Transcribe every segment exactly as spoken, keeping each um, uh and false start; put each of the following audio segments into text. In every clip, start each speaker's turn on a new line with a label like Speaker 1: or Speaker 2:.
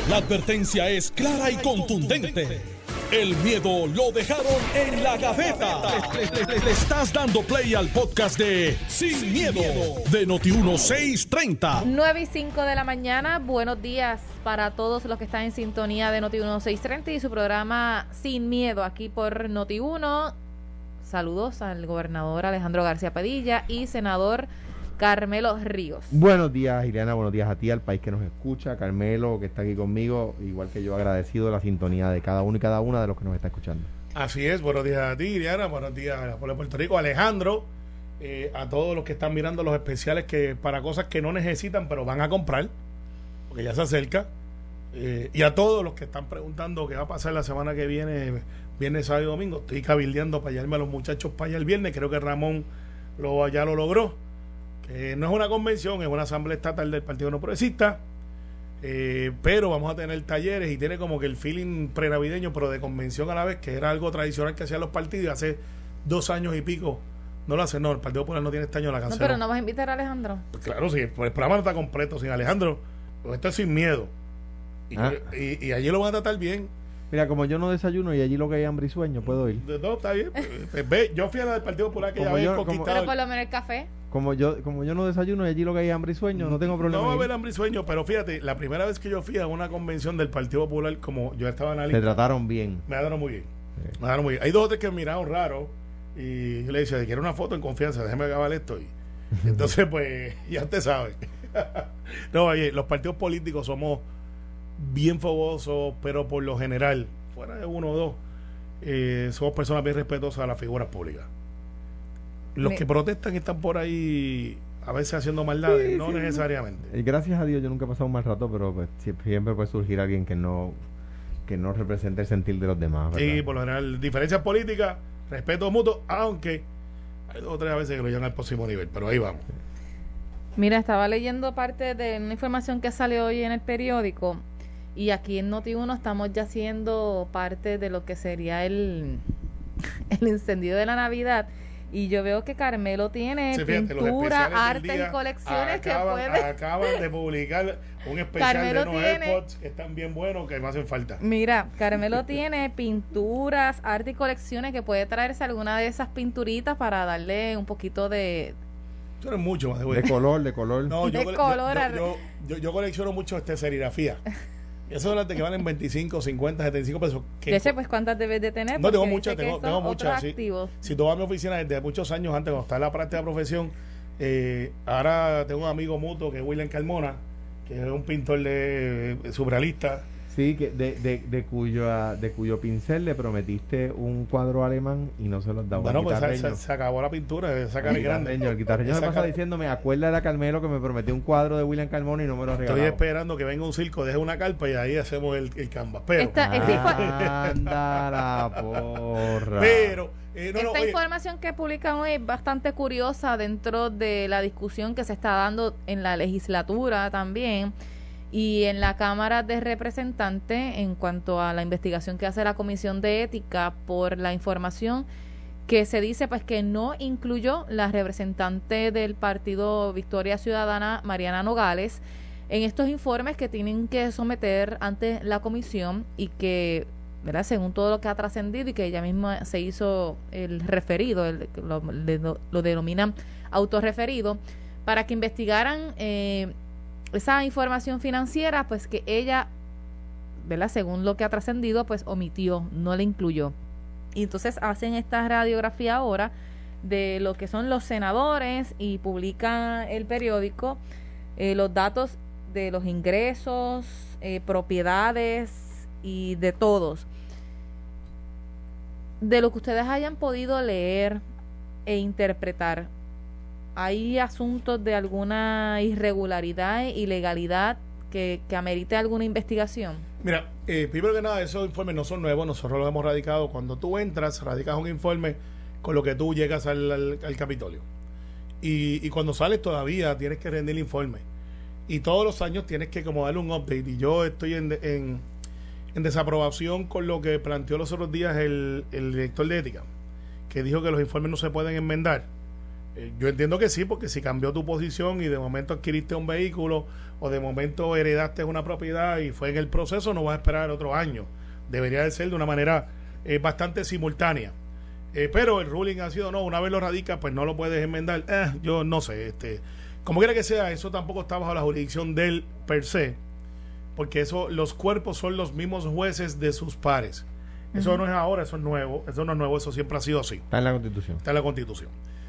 Speaker 1: La advertencia es clara y contundente. El miedo lo dejaron en la gaveta. Le, le- le- le estás dando play al podcast de Sin, Miedo, de Noti uno seiscientos treinta.
Speaker 2: nueve y cinco de la mañana, buenos días para todos los que están en sintonía de Noti uno seiscientos treinta y su programa Sin Miedo aquí por Noti uno. Saludos al gobernador Alejandro García Padilla y senador Carmelo Ríos.
Speaker 3: Buenos días, Ileana, buenos días a ti, al país que nos escucha, Carmelo, que está aquí conmigo, igual que yo, agradecido de la sintonía de cada uno y cada una de los que nos está escuchando.
Speaker 4: Así es, buenos días a ti, Ileana, buenos días a la pueblo de Puerto Rico, Alejandro, eh, a todos los que están mirando los especiales que para cosas que no necesitan, pero van a comprar, porque ya se acerca, eh, y a todos los que están preguntando qué va a pasar la semana que viene, viernes, sábado y domingo. Estoy cabildeando para llevarme a los muchachos para allá el viernes, creo que Ramón lo, ya lo logró, que no es una convención, es una asamblea estatal del Partido No Progresista, eh, pero vamos a tener talleres y tiene como que el feeling prenavideño, pero de convención a la vez, que era algo tradicional que hacían los partidos hace dos años y pico. No lo hace, no, el Partido Popular no tiene este año la
Speaker 2: No,
Speaker 4: canceló.
Speaker 2: pero no vas a invitar a Alejandro.
Speaker 4: Pues claro, sí, el programa no está completo sin Alejandro, pues esto es Sin Miedo. Y,
Speaker 3: Ah.
Speaker 4: y, y allí lo van a tratar bien.
Speaker 3: Mira, como yo no desayuno y allí lo que hay hambre y sueño, puedo ir.
Speaker 4: No, está bien. Pues, ve, yo fui a la del Partido Popular que
Speaker 3: Como
Speaker 4: ya había
Speaker 3: yo- como-
Speaker 4: conquistado.
Speaker 2: Pero por lo menos el café.
Speaker 3: Como yo como yo no desayuno y allí lo que hay hambre y sueño, no tengo problema.
Speaker 4: No va a
Speaker 3: en ir.
Speaker 4: haber hambre y sueño, pero fíjate, la primera vez que yo fui a una convención del Partido Popular, como yo estaba en la
Speaker 3: Te
Speaker 4: lista,
Speaker 3: trataron bien.
Speaker 4: me dieron muy bien.
Speaker 3: Sí.
Speaker 4: Me dieron muy bien. Hay dos o tres que me miraron raro y yo le decía, quiero una foto en confianza, déjeme acabar esto. Y entonces, pues, ya usted sabe. No, oye, los partidos políticos somos bien fogosos, pero por lo general, fuera de uno o dos, eh, somos personas bien respetuosas a las figuras públicas. Los
Speaker 2: Me-
Speaker 4: que protestan están por ahí a veces haciendo maldades,
Speaker 3: Sí,
Speaker 4: no
Speaker 3: sí,
Speaker 4: necesariamente.
Speaker 3: Y gracias a Dios yo nunca he pasado un mal rato, pero pues, sie- siempre puede surgir alguien que no que no represente el sentir de los demás, ¿verdad?
Speaker 4: Sí, por lo general, diferencias políticas, respeto mutuo, aunque hay dos o tres a veces que lo llevan al próximo nivel, pero ahí vamos.
Speaker 2: Mira, estaba leyendo parte de una información que salió hoy en el periódico y aquí en Noti uno estamos ya siendo parte de lo que sería el, el encendido de la Navidad y yo veo que Carmelo tiene
Speaker 4: Sí, fíjate, los
Speaker 2: pintura,
Speaker 4: especiales del
Speaker 2: arte
Speaker 4: día
Speaker 2: y colecciones
Speaker 4: acaban,
Speaker 2: que puede...
Speaker 4: acaban de publicar un especial
Speaker 2: Carmelo
Speaker 4: de unos
Speaker 2: tiene-
Speaker 4: AirPods que están bien buenos, que me hacen falta.
Speaker 2: Mira, Carmelo tiene pinturas, arte y colecciones que puede traerse alguna de esas pinturitas para darle un poquito de...
Speaker 4: Eso no es mucho más de
Speaker 3: De
Speaker 4: bueno.
Speaker 3: color, de color.
Speaker 4: No, yo,
Speaker 2: de
Speaker 4: cole-
Speaker 2: color
Speaker 4: yo,
Speaker 2: al-
Speaker 4: yo, yo, yo colecciono mucho este serigrafía. Esas son las de que valen veinticinco, cincuenta, setenta y cinco pesos. Que
Speaker 2: De hecho, pues ¿cuántas debes de tener?
Speaker 4: No, tengo
Speaker 2: Porque
Speaker 4: muchas,
Speaker 2: dice que
Speaker 4: tengo,
Speaker 2: son
Speaker 4: tengo
Speaker 2: otros
Speaker 4: muchas. Sí.
Speaker 2: activos.
Speaker 4: Si tú vas a mi oficina desde muchos años antes, cuando estaba en la práctica de profesión, eh, ahora tengo un amigo mutuo que es William Carmona, que es un pintor de eh, surrealista.
Speaker 3: Sí, que de, de, de cuyo de cuyo pincel le prometiste un cuadro alemán y no se lo has dado.
Speaker 4: Bueno,
Speaker 3: al
Speaker 4: pues se,
Speaker 3: guitarreño.
Speaker 4: se- se acabó la pintura, esa
Speaker 3: El
Speaker 4: cara grande.
Speaker 3: guitarreño, el guitarreño
Speaker 4: Esa
Speaker 3: se pasa
Speaker 4: cara-
Speaker 3: diciéndome, acuérdale a Carmelo que me prometió un cuadro de William Carmona y no me lo regaló.
Speaker 4: Estoy esperando que venga un circo, deje una carpa y ahí hacemos el, el canvas. Pero,
Speaker 2: Esta, esta info-
Speaker 3: Anda la porra.
Speaker 4: pero, eh, no, no,
Speaker 2: Esta
Speaker 4: oye,
Speaker 2: información que publican hoy es bastante curiosa dentro de la discusión que se está dando en la legislatura también y en la Cámara de Representantes en cuanto a la investigación que hace la Comisión de Ética por la información que se dice pues que no incluyó la representante del Partido Victoria Ciudadana, Mariana Nogales, en estos informes que tienen que someter ante la comisión y que, ¿verdad?, según todo lo que ha trascendido y que ella misma se hizo el referido, el, lo, lo, lo denominan autorreferido, para que investigaran eh, esa información financiera, pues que ella, ¿verdad?, según lo que ha trascendido, pues omitió, no la incluyó. Y entonces hacen esta radiografía ahora de lo que son los senadores y publica el periódico eh, los datos de los ingresos, eh, propiedades y de todos. De lo que ustedes hayan podido leer e interpretar, ¿hay asuntos de alguna irregularidad, ilegalidad que, que amerite alguna investigación?
Speaker 4: Mira, eh, primero que nada, esos informes no son nuevos, nosotros los hemos radicado. Cuando tú entras, radicas un informe con lo que tú llegas al, al, al Capitolio. Y, y cuando sales todavía tienes que rendir el informe. Y todos los años tienes que como darle un update. Y yo estoy en, en, en desaprobación con lo que planteó los otros días el, el director de ética, que dijo que los informes no se pueden enmendar. Eh, yo entiendo que sí, porque si cambió tu posición y de momento adquiriste un vehículo o de momento heredaste una propiedad y fue en el proceso, no vas a esperar otro año. Debería de ser de una manera eh, bastante simultánea. Eh, pero el ruling ha sido, no, una vez lo radica, pues no lo puedes enmendar. Eh, yo no sé, este, como quiera que sea, eso tampoco está bajo la jurisdicción del per se, porque eso, los cuerpos son los mismos jueces de sus pares. Eso uh-huh. no es ahora, eso es nuevo, eso no es nuevo, eso siempre ha sido así.
Speaker 3: Está en la Constitución.
Speaker 4: Está en la Constitución.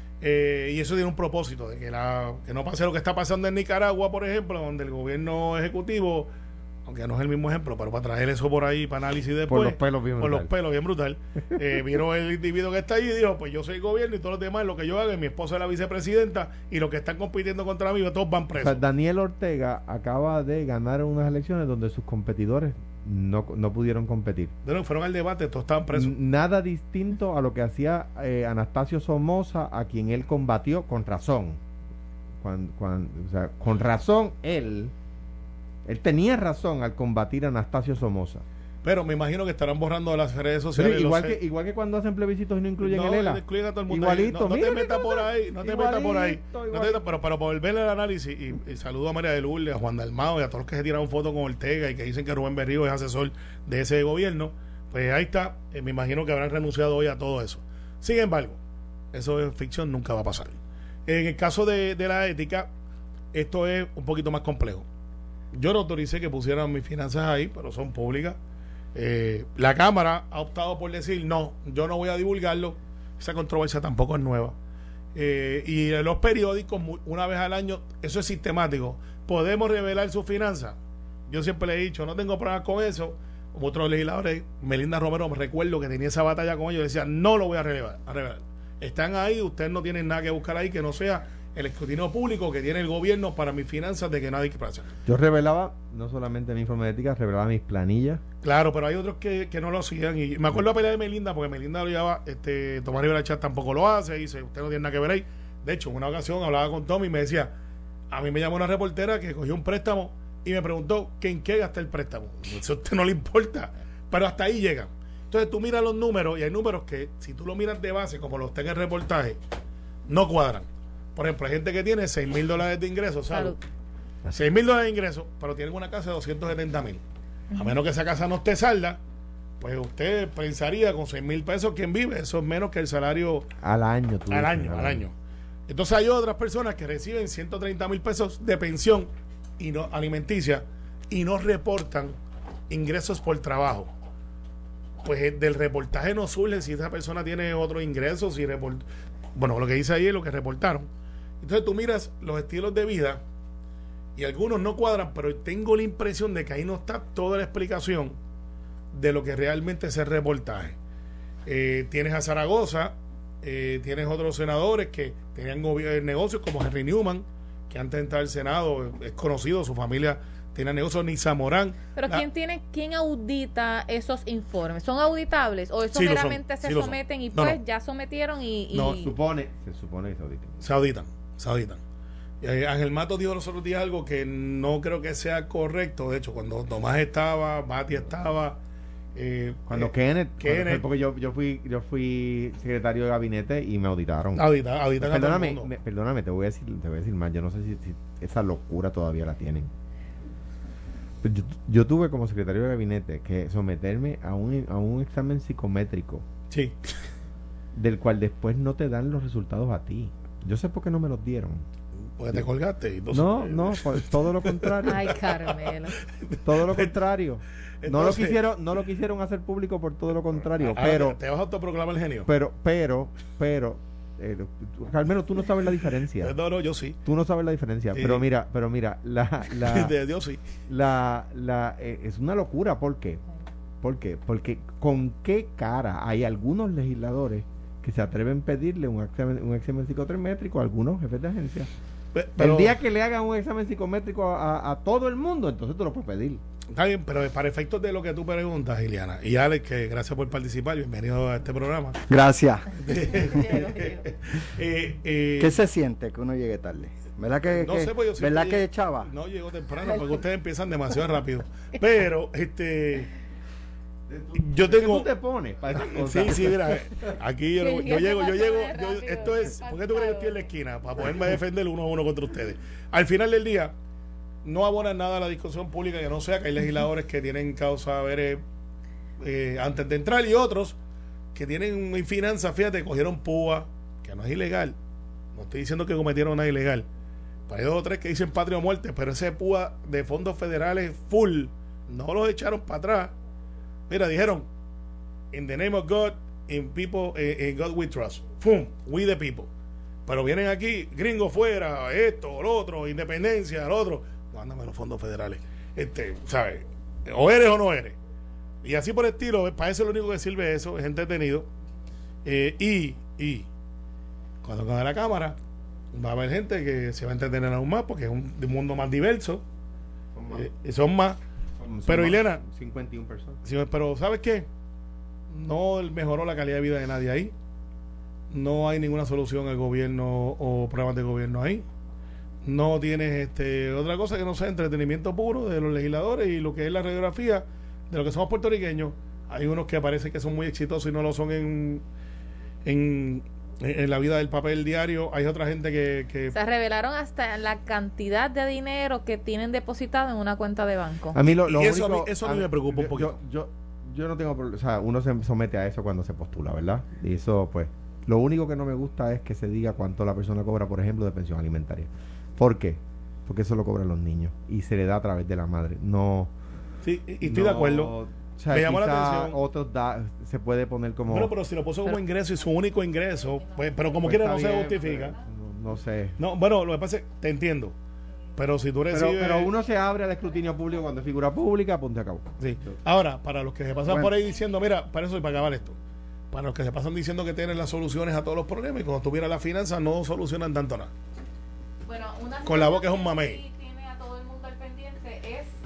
Speaker 4: Eh, y eso tiene un propósito, de que, la, que no pase lo que está pasando en Nicaragua, por ejemplo, donde el gobierno ejecutivo, aunque no es el mismo ejemplo, pero para traer eso por ahí, para análisis después,
Speaker 3: por los pelos bien
Speaker 4: por
Speaker 3: brutal.
Speaker 4: los pelos bien brutal, eh, vieron el individuo que está ahí y dijo, pues yo soy el gobierno y todos los demás, lo que yo haga, y mi esposa es la vicepresidenta, y los que están compitiendo contra mí, todos van presos.
Speaker 3: O sea, Daniel Ortega acaba de ganar unas elecciones donde sus competidores no, no pudieron competir.
Speaker 4: Bueno, fueron al debate, todos estaban presos.
Speaker 3: Nada distinto a lo que hacía eh, Anastasio Somoza, a quien él combatió con razón. Cuando, cuando, o sea, con razón él, él tenía razón al combatir a Anastasio Somoza.
Speaker 4: Pero me imagino que estarán borrando las redes sociales.
Speaker 3: Pero igual, que, igual que cuando hacen plebiscitos y no incluyen
Speaker 4: no,
Speaker 3: el E L A.
Speaker 4: No, incluyen a todo el mundo.
Speaker 3: Igualito.
Speaker 4: No, no
Speaker 3: mira
Speaker 4: te metas por ahí. No te
Speaker 3: igualito,
Speaker 4: metas por ahí. No te metas, pero, pero por ver el análisis, y, y saludo a María de Lourdes, a Juan Dalmao y a todos los que se tiraron fotos con Ortega y que dicen que Rubén Berrío es asesor de ese gobierno. Pues ahí está. Eh, me imagino que habrán renunciado hoy a todo eso. Sin embargo, eso es ficción, nunca va a pasar. En el caso de, de la ética, esto es un poquito más complejo. Yo no autoricé que pusieran mis finanzas ahí, pero son públicas. Eh, la Cámara ha optado por decir no, yo no voy a divulgarlo. Esa controversia tampoco es nueva. Eh, y en los periódicos, una vez al año, eso es sistemático. ¿Podemos revelar sus finanzas? Yo siempre le he dicho, no tengo problemas con eso. Como otros legisladores, Melinda Romero, me recuerdo que tenía esa batalla con ellos, decía, no lo voy a revelar, a revelar. Están ahí, ustedes no tienen nada que buscar ahí que no sea el escrutinio público que tiene el gobierno para mis finanzas, de que nadie que pasa.
Speaker 3: Yo revelaba no solamente mi informe de ética, revelaba mis planillas.
Speaker 4: Claro, pero hay otros que, que no lo hacían. Y me acuerdo la pelea de Melinda, porque Melinda lo llevaba, este, Tomás Rivera Chat tampoco lo hace, y dice, usted no tiene nada que ver ahí. De hecho, en una ocasión hablaba con Tommy y me decía, a mí me llamó una reportera que cogió un préstamo y me preguntó que en qué gasté el préstamo. Eso a usted no le importa, pero hasta ahí llegan. Entonces tú miras los números, y hay números que, si tú lo miras de base, como los tenga en el reportaje, no cuadran. Por ejemplo, hay gente que tiene seis mil dólares de ingresos, ¿sabes? seis mil dólares de ingresos, pero tienen una casa de doscientos setenta mil. Uh-huh. A menos que esa casa no esté salda, pues usted pensaría con seis mil pesos, ¿quién vive? Eso es menos que el salario
Speaker 3: al año. Tú
Speaker 4: al
Speaker 3: dices,
Speaker 4: año, al año. año. Entonces hay otras personas que reciben ciento treinta mil pesos de pensión y no alimenticia y no reportan ingresos por trabajo. Pues del reportaje no surge si esa persona tiene otros ingresos, si report... bueno, lo que dice ahí es lo que reportaron. Entonces tú miras los estilos de vida y algunos no cuadran, pero tengo la impresión de que ahí no está toda la explicación de lo que realmente es el reportaje. Eh, tienes a Zaragoza, eh, tienes otros senadores que tenían negocios como Henry Newman, que antes de entrar al Senado es conocido, su familia tiene negocios, ni Zamorán.
Speaker 2: Pero ¿quién tiene, quién audita esos informes? ¿Son auditables o eso
Speaker 4: sí
Speaker 2: meramente se
Speaker 4: sí
Speaker 2: someten y
Speaker 4: no,
Speaker 2: pues
Speaker 4: no.
Speaker 2: ya sometieron y, y...
Speaker 3: No, supone, se supone que se auditan.
Speaker 4: Se auditan, se auditan. Eh, Ángel Mato dijo los otros días algo que no creo que sea correcto. De hecho, cuando Tomás estaba, Mati estaba, eh,
Speaker 3: cuando
Speaker 4: eh,
Speaker 3: Kenneth,
Speaker 4: Kenneth
Speaker 3: cuando, porque yo, yo fui yo fui secretario de gabinete y me auditaron.
Speaker 4: Audita, auditan
Speaker 3: pues,
Speaker 4: a todo el
Speaker 3: perdóname,
Speaker 4: mundo.
Speaker 3: me, perdóname, te voy a decir, te voy a decir más. Yo no sé si, si esa locura todavía la tienen. Yo, yo tuve como secretario de gabinete que someterme a un, a un examen psicométrico.
Speaker 4: Sí.
Speaker 3: Del cual después no te dan los resultados a ti. Yo sé por qué no me los dieron.
Speaker 4: Porque te colgaste. Y entonces,
Speaker 3: no, no, pues, todo lo contrario.
Speaker 2: Ay, Carmelo.
Speaker 3: Todo lo contrario.
Speaker 4: Entonces,
Speaker 3: no lo quisieron, no lo quisieron hacer público por todo lo contrario.
Speaker 4: Ah,
Speaker 3: pero
Speaker 4: te vas a autoproclamar el genio.
Speaker 3: Pero, pero, pero, eh, tú, Carmelo, tú no sabes la diferencia.
Speaker 4: No, no, yo sí.
Speaker 3: Tú no sabes la diferencia. Sí. Pero mira, pero mira, la, la,
Speaker 4: de Dios sí.
Speaker 3: La, la, eh, es una locura. ¿Por qué? ¿Por qué? Porque con qué cara hay algunos legisladores que se atreven a pedirle un examen, un examen psicométrico a algunos jefes de agencia. Pero, el día que le hagan un examen psicométrico a, a, a todo el mundo, entonces tú lo puedes pedir. Está
Speaker 4: bien, pero para efectos de lo que tú preguntas, Iliana, y Alex, que gracias por participar, bienvenido a este programa.
Speaker 5: Gracias.
Speaker 4: eh, eh,
Speaker 5: ¿Qué se siente que uno llegue tarde? ¿Verdad que,
Speaker 4: no
Speaker 5: que,
Speaker 4: sé, pues yo
Speaker 5: ¿verdad
Speaker 4: llegué,
Speaker 5: que Chava?
Speaker 4: No llegó temprano, porque ustedes empiezan demasiado rápido. Pero, este Yo tengo...
Speaker 3: ¿Qué tú te pones para esas cosas?
Speaker 4: Sí, sí, mira, aquí yo,
Speaker 2: Sí,
Speaker 4: yo
Speaker 2: ya
Speaker 4: llego,
Speaker 2: se
Speaker 4: yo
Speaker 2: pasó
Speaker 4: llego,
Speaker 2: de
Speaker 4: yo,
Speaker 2: rápido,
Speaker 4: esto es,
Speaker 2: qué
Speaker 4: ¿por qué tú crees que estoy en la
Speaker 2: pasado?
Speaker 4: esquina? Para poderme defender uno a uno contra ustedes. Al final del día, no abona nada a la discusión pública que no sea que hay legisladores que tienen causa a ver eh, eh, antes de entrar y otros que tienen finanzas, fíjate, cogieron púa, que no es ilegal. No estoy diciendo que cometieron nada ilegal. Pero hay dos o tres que dicen patria o muerte, pero ese púa de fondos federales full, no los echaron para atrás. Mira, dijeron, in the name of God, in people, eh, in God we trust. ¡Fum! We the people. Pero vienen aquí, gringos fuera, esto, lo otro, independencia, lo otro. Mándame los fondos federales. Este, ¿sabes? O eres o no eres. Y así por el estilo, para eso lo único que sirve eso, es entretenido. Eh, y, y, cuando quede la cámara, va a haber gente que se va a entretener aún más porque es un, un mundo más diverso.
Speaker 3: Son más.
Speaker 4: Eh, son más.
Speaker 3: Son- son
Speaker 4: pero,
Speaker 3: más
Speaker 4: Ilena,
Speaker 3: cincuenta y una personas.
Speaker 4: sí, pero ¿sabes qué? No mejoró la calidad de vida de nadie ahí. No hay ninguna solución al gobierno o programas de gobierno ahí. No tienes este otra cosa que no sea entretenimiento puro de los legisladores y lo que es la radiografía de lo que somos puertorriqueños. Hay unos que parece que son muy exitosos y no lo son en en, en la vida del papel diario. Hay otra gente que, que
Speaker 2: Se revelaron hasta la cantidad de dinero que tienen depositado en una cuenta de banco.
Speaker 3: A mí lo, lo
Speaker 4: Y eso a
Speaker 3: único-
Speaker 4: mí- eso a mí me preocupa un
Speaker 3: yo-
Speaker 4: poquito.
Speaker 3: Yo, yo, yo no tengo problema, o sea, uno se somete a eso cuando se postula, ¿verdad? Y eso, pues, lo único que no me gusta es que se diga cuánto la persona cobra, por ejemplo, de pensión alimentaria. ¿Por qué? Porque eso lo cobran los niños y se le da a través de la madre. No.
Speaker 4: sí, y estoy
Speaker 3: no,
Speaker 4: de acuerdo.
Speaker 3: O sea,
Speaker 4: Me llamó la
Speaker 3: quizá
Speaker 4: atención.
Speaker 3: otros da, se puede poner como.
Speaker 4: Bueno, pero si lo puso como
Speaker 2: Pero-
Speaker 4: ingreso y su único ingreso, pues, pero como
Speaker 3: pues,
Speaker 4: quiera no
Speaker 3: está
Speaker 4: se
Speaker 3: bien,
Speaker 4: justifica.
Speaker 3: No, no sé.
Speaker 4: No, bueno, lo que pasa es, te entiendo. Pero si tú
Speaker 3: Pero,
Speaker 4: recibes.
Speaker 3: pero uno se abre al escrutinio público cuando es figura pública, punto y acabó.
Speaker 4: Sí. Ahora, para los que se pasan
Speaker 5: Bueno.
Speaker 4: por ahí diciendo, mira, para eso y para acabar esto. Para los que se pasan diciendo que tienen las soluciones a todos los problemas y cuando tuviera las finanzas no solucionan tanto nada.
Speaker 2: Bueno, una
Speaker 4: Con la boca es un
Speaker 2: situación
Speaker 4: mamey.
Speaker 2: que sí tiene a todo el mundo al pendiente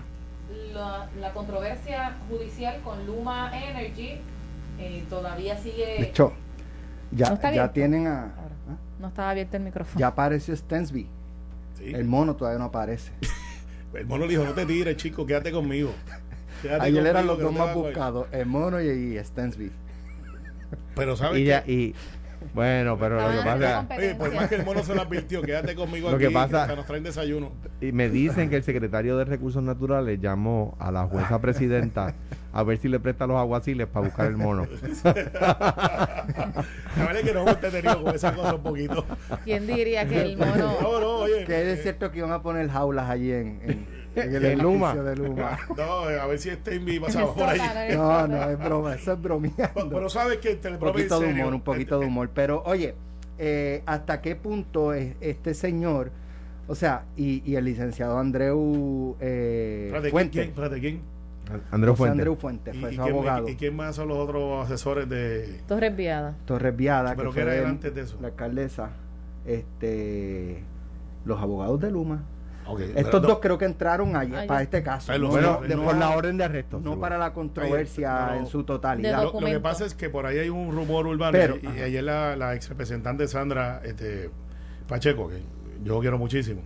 Speaker 2: es la, la controversia judicial con Luma Energy. Eh, todavía
Speaker 5: De
Speaker 2: sigue.
Speaker 5: hecho, ya,
Speaker 2: ¿No está
Speaker 5: ya
Speaker 2: abierto?
Speaker 5: tienen a...
Speaker 2: Ahora.
Speaker 5: ¿ah?
Speaker 2: No estaba abierto el micrófono.
Speaker 5: Ya apareció Stensby.
Speaker 4: Sí.
Speaker 5: El mono todavía no aparece.
Speaker 4: El mono le dijo, no te tires, chico, quédate conmigo. Quédate
Speaker 5: Ayer eran
Speaker 4: conmigo,
Speaker 5: los
Speaker 4: que
Speaker 5: dos
Speaker 4: no te
Speaker 5: más
Speaker 4: vas a coger.
Speaker 5: buscados, el mono y, y Stensby.
Speaker 4: Pero sabes
Speaker 3: Y,
Speaker 4: que,
Speaker 3: ya, y bueno, pero lo que
Speaker 2: Estaban haciendo
Speaker 3: pasa.
Speaker 2: competencia.
Speaker 4: oye, por más que el mono se lo advirtió, quédate conmigo
Speaker 3: Lo
Speaker 4: aquí,
Speaker 3: que pasa-
Speaker 4: que nos traen desayuno.
Speaker 3: Y me dicen que el secretario de Recursos Naturales llamó a la jueza presidenta a ver si le presta los aguaciles para buscar el mono.
Speaker 4: La verdad es que nos hemos entretenido con esa cosa un poquito.
Speaker 2: ¿Quién diría que el mono?
Speaker 4: No, no, oye.
Speaker 5: Que es
Speaker 4: eh,
Speaker 5: cierto que iban a poner jaulas allí en, en, en el
Speaker 3: En Luma.
Speaker 5: edificio de Luma.
Speaker 4: No, eh, a ver si Steinby pasaba por ahí.
Speaker 5: No, no, es broma, eso es bromeando.
Speaker 4: Pero sabes que te
Speaker 5: Un poquito de humor, un poquito de humor. Pero oye, eh, ¿hasta qué punto es este señor, o sea, y, y el licenciado Andreu eh,
Speaker 4: Espérate,
Speaker 5: Fuentes,
Speaker 4: ¿quién? Espérate, ¿quién?
Speaker 3: Andrés
Speaker 5: José
Speaker 3: Fuentes.
Speaker 5: Andreu Fuentes,
Speaker 4: ¿Y,
Speaker 5: fue
Speaker 4: y
Speaker 5: su
Speaker 4: quién,
Speaker 5: abogado,
Speaker 4: y quién más son los otros asesores de...?
Speaker 2: Torres Viada.
Speaker 5: Torres Viada,
Speaker 4: ¿Pero
Speaker 5: que
Speaker 4: qué
Speaker 5: fue
Speaker 4: era
Speaker 5: el-
Speaker 4: antes de eso?
Speaker 5: la alcaldesa, este, los abogados de Luma.
Speaker 4: Ok,
Speaker 5: Estos
Speaker 4: pero no,
Speaker 5: dos creo que entraron ayer
Speaker 2: Ay,
Speaker 5: para
Speaker 2: ya.
Speaker 5: este caso.
Speaker 4: Ay, los-
Speaker 5: no,
Speaker 3: Bueno,
Speaker 4: no,
Speaker 3: de-
Speaker 4: no,
Speaker 3: por
Speaker 4: no,
Speaker 3: la orden de arresto.
Speaker 5: no
Speaker 3: seguro.
Speaker 5: para la controversia
Speaker 4: Oye, no,
Speaker 5: en su
Speaker 2: De
Speaker 5: totalidad.
Speaker 2: dos-
Speaker 4: Lo, lo que
Speaker 2: documento.
Speaker 4: pasa es que por ahí hay un rumor urbano
Speaker 5: Pero,
Speaker 4: y, y
Speaker 5: ajá.
Speaker 4: ayer la, la ex representante Sandra este, Pacheco, que yo quiero muchísimo,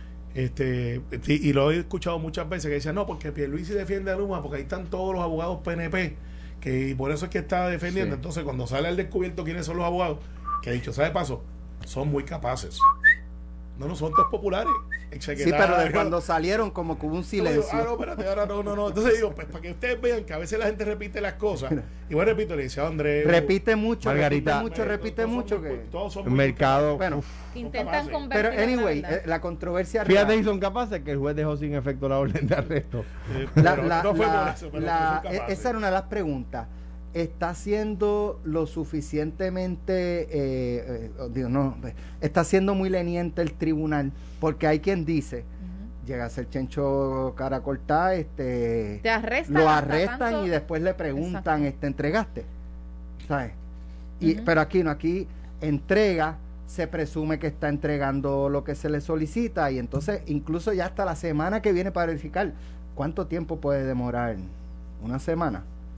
Speaker 4: este y, y lo he escuchado muchas veces que decían, no, porque Pierluisi defiende a Luma porque ahí están todos los abogados P N P, que y por eso es que está defendiendo.
Speaker 5: Sí.
Speaker 4: Entonces cuando sale al descubierto quiénes son los abogados, que ha dicho, ¿sabe paso? Son muy capaces. No, no son todos populares.
Speaker 5: Sí, pero de cuando salieron como que hubo un silencio.
Speaker 4: Ah, no, espérate, ahora no, no, no. Entonces digo, pues para que ustedes vean que a veces la gente repite las cosas. Y bueno, repito, le decía a André.
Speaker 5: Repite mucho,
Speaker 3: Margarita.
Speaker 5: repite mucho, repite mucho. que
Speaker 4: Todos son
Speaker 3: El
Speaker 4: muy
Speaker 3: mercado.
Speaker 5: Bueno,
Speaker 2: Intentan
Speaker 4: capaces.
Speaker 2: convertir.
Speaker 5: pero anyway, eh, la controversia
Speaker 3: Fíjate
Speaker 5: real-
Speaker 3: si son capaces que el juez dejó sin efecto la orden de arresto.
Speaker 4: Eh,
Speaker 5: La-
Speaker 4: pero
Speaker 5: la-
Speaker 4: no fue
Speaker 5: la-
Speaker 4: por eso, pero
Speaker 5: la-
Speaker 4: que son
Speaker 5: e-
Speaker 4: capaces.
Speaker 5: esa era una de las preguntas. ¿Está siendo lo suficientemente, eh, eh, digo, no, está siendo muy leniente el tribunal? Porque hay quien dice,
Speaker 2: Ujú.
Speaker 5: llega a ser Chencho cara cortada, este,
Speaker 2: Te arrestan.
Speaker 5: lo
Speaker 2: hasta
Speaker 5: arrestan
Speaker 2: tanto-
Speaker 5: y después le preguntan,
Speaker 2: Exacto.
Speaker 5: este, ¿entregaste? ¿Sabes? Y,
Speaker 2: Ujú.
Speaker 5: Pero aquí no, aquí entrega, se presume que está entregando lo que se le solicita y entonces incluso ya hasta la semana que viene para verificar cuánto tiempo puede demorar, una semana.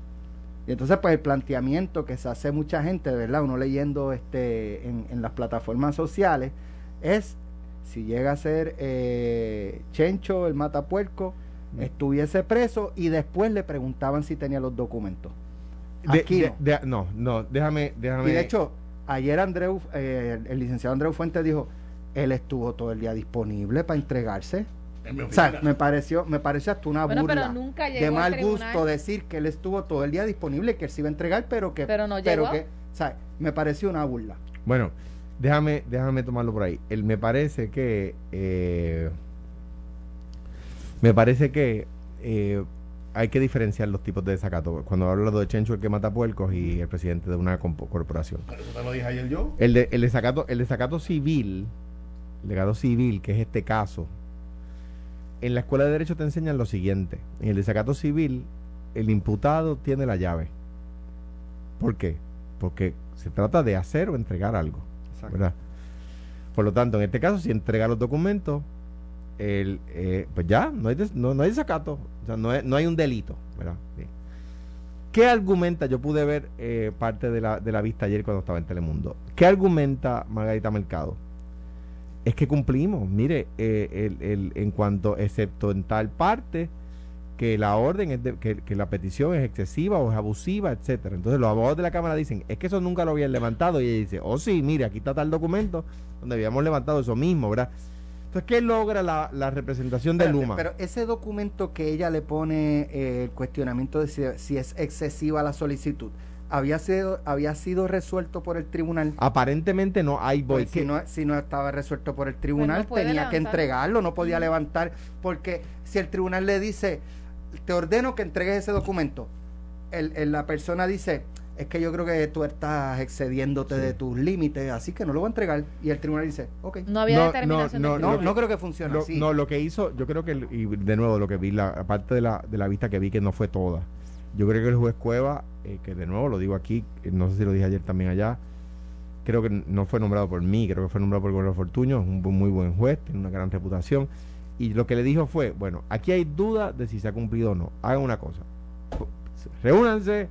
Speaker 5: Y entonces pues el planteamiento que se hace mucha gente, ¿verdad? Uno leyendo este en, en las plataformas sociales es si llega a ser eh, Chencho el matapuerco, estuviese preso y después le preguntaban si tenía los documentos.
Speaker 3: De,
Speaker 5: Aquí
Speaker 3: de,
Speaker 5: no.
Speaker 3: de, no, no, déjame, déjame.
Speaker 5: Y de hecho, ayer Andreu, eh, el licenciado Andreu Fuentes dijo, él estuvo todo el día disponible para entregarse.
Speaker 4: En mi
Speaker 5: O sea,
Speaker 4: oficina.
Speaker 5: me pareció, me pareció hasta una
Speaker 2: Bueno, pero
Speaker 5: burla
Speaker 2: nunca llegó
Speaker 5: de
Speaker 2: al
Speaker 5: mal
Speaker 2: tribunal.
Speaker 5: gusto decir que él estuvo todo el día disponible, que él se iba a entregar, pero que,
Speaker 2: Pero no llegó.
Speaker 5: que, o sea, me pareció una burla.
Speaker 3: Bueno, déjame, déjame tomarlo por ahí. El, me parece que eh, me parece que eh, hay que diferenciar los tipos de desacato. Cuando hablo de Chencho, el que mata puercos, y el presidente de una compo- corporación.
Speaker 4: Eso te lo dije ayer yo.
Speaker 3: El, de, el, desacato, el desacato civil, el desacato civil, que es este caso, en la escuela de Derecho te enseñan lo siguiente. En el desacato civil, el imputado tiene la llave. ¿Por qué? Porque se trata de hacer o entregar algo, ¿verdad? Por lo tanto, en este caso, si entrega los documentos, el, eh, pues ya, no hay, des, no, no hay desacato, o sea, no, es, no hay un delito, ¿verdad? Sí. ¿Qué argumenta? Yo pude ver eh, parte de la, de la vista ayer cuando estaba en Telemundo. ¿Qué argumenta Margarita Mercado? Es que cumplimos, mire, eh, el, el, en cuanto, excepto en tal parte, que la orden, es de, que, que la petición es excesiva o es abusiva, etcétera. Entonces los abogados de la Cámara dicen, es que eso nunca lo habían levantado, y ella dice, oh sí, mire, aquí está tal documento donde habíamos levantado eso mismo, ¿verdad? Entonces, ¿qué logra la, la representación de
Speaker 5: Espérate,
Speaker 3: Luma?
Speaker 5: Pero ese documento que ella le pone eh, el cuestionamiento de si, si es excesiva la solicitud, ¿había sido, había sido resuelto por el tribunal?
Speaker 3: Aparentemente no hay voy.
Speaker 5: Pues si, no, si no estaba resuelto por el tribunal,
Speaker 2: Pues no puede
Speaker 5: tenía que
Speaker 2: levantar.
Speaker 5: entregarlo, no podía levantar, porque si el tribunal le dice, te ordeno que entregues ese documento, el, el- la persona dice, es que yo creo que tú estás excediéndote
Speaker 3: Sí.
Speaker 5: de tus límites, así que no lo voy a entregar, y el tribunal dice, ok.
Speaker 2: No había
Speaker 3: No,
Speaker 2: determinación
Speaker 3: no,
Speaker 2: del
Speaker 5: No,
Speaker 2: tribunal.
Speaker 5: no creo que funcione
Speaker 3: Lo,
Speaker 5: así.
Speaker 3: no, lo que hizo, yo creo que, el- y de nuevo, lo que vi, la parte de la, de la vista que vi, que no fue toda. Yo creo que el juez Cueva, eh, que de nuevo lo digo aquí, eh, no sé si lo dije ayer también allá, creo que no fue nombrado por mí, creo que fue nombrado por Gobernador Fortuño, es un bu- muy buen juez, tiene una gran reputación, y lo que le dijo fue, bueno, aquí hay duda de si se ha cumplido o no, hagan una cosa, reúnanse,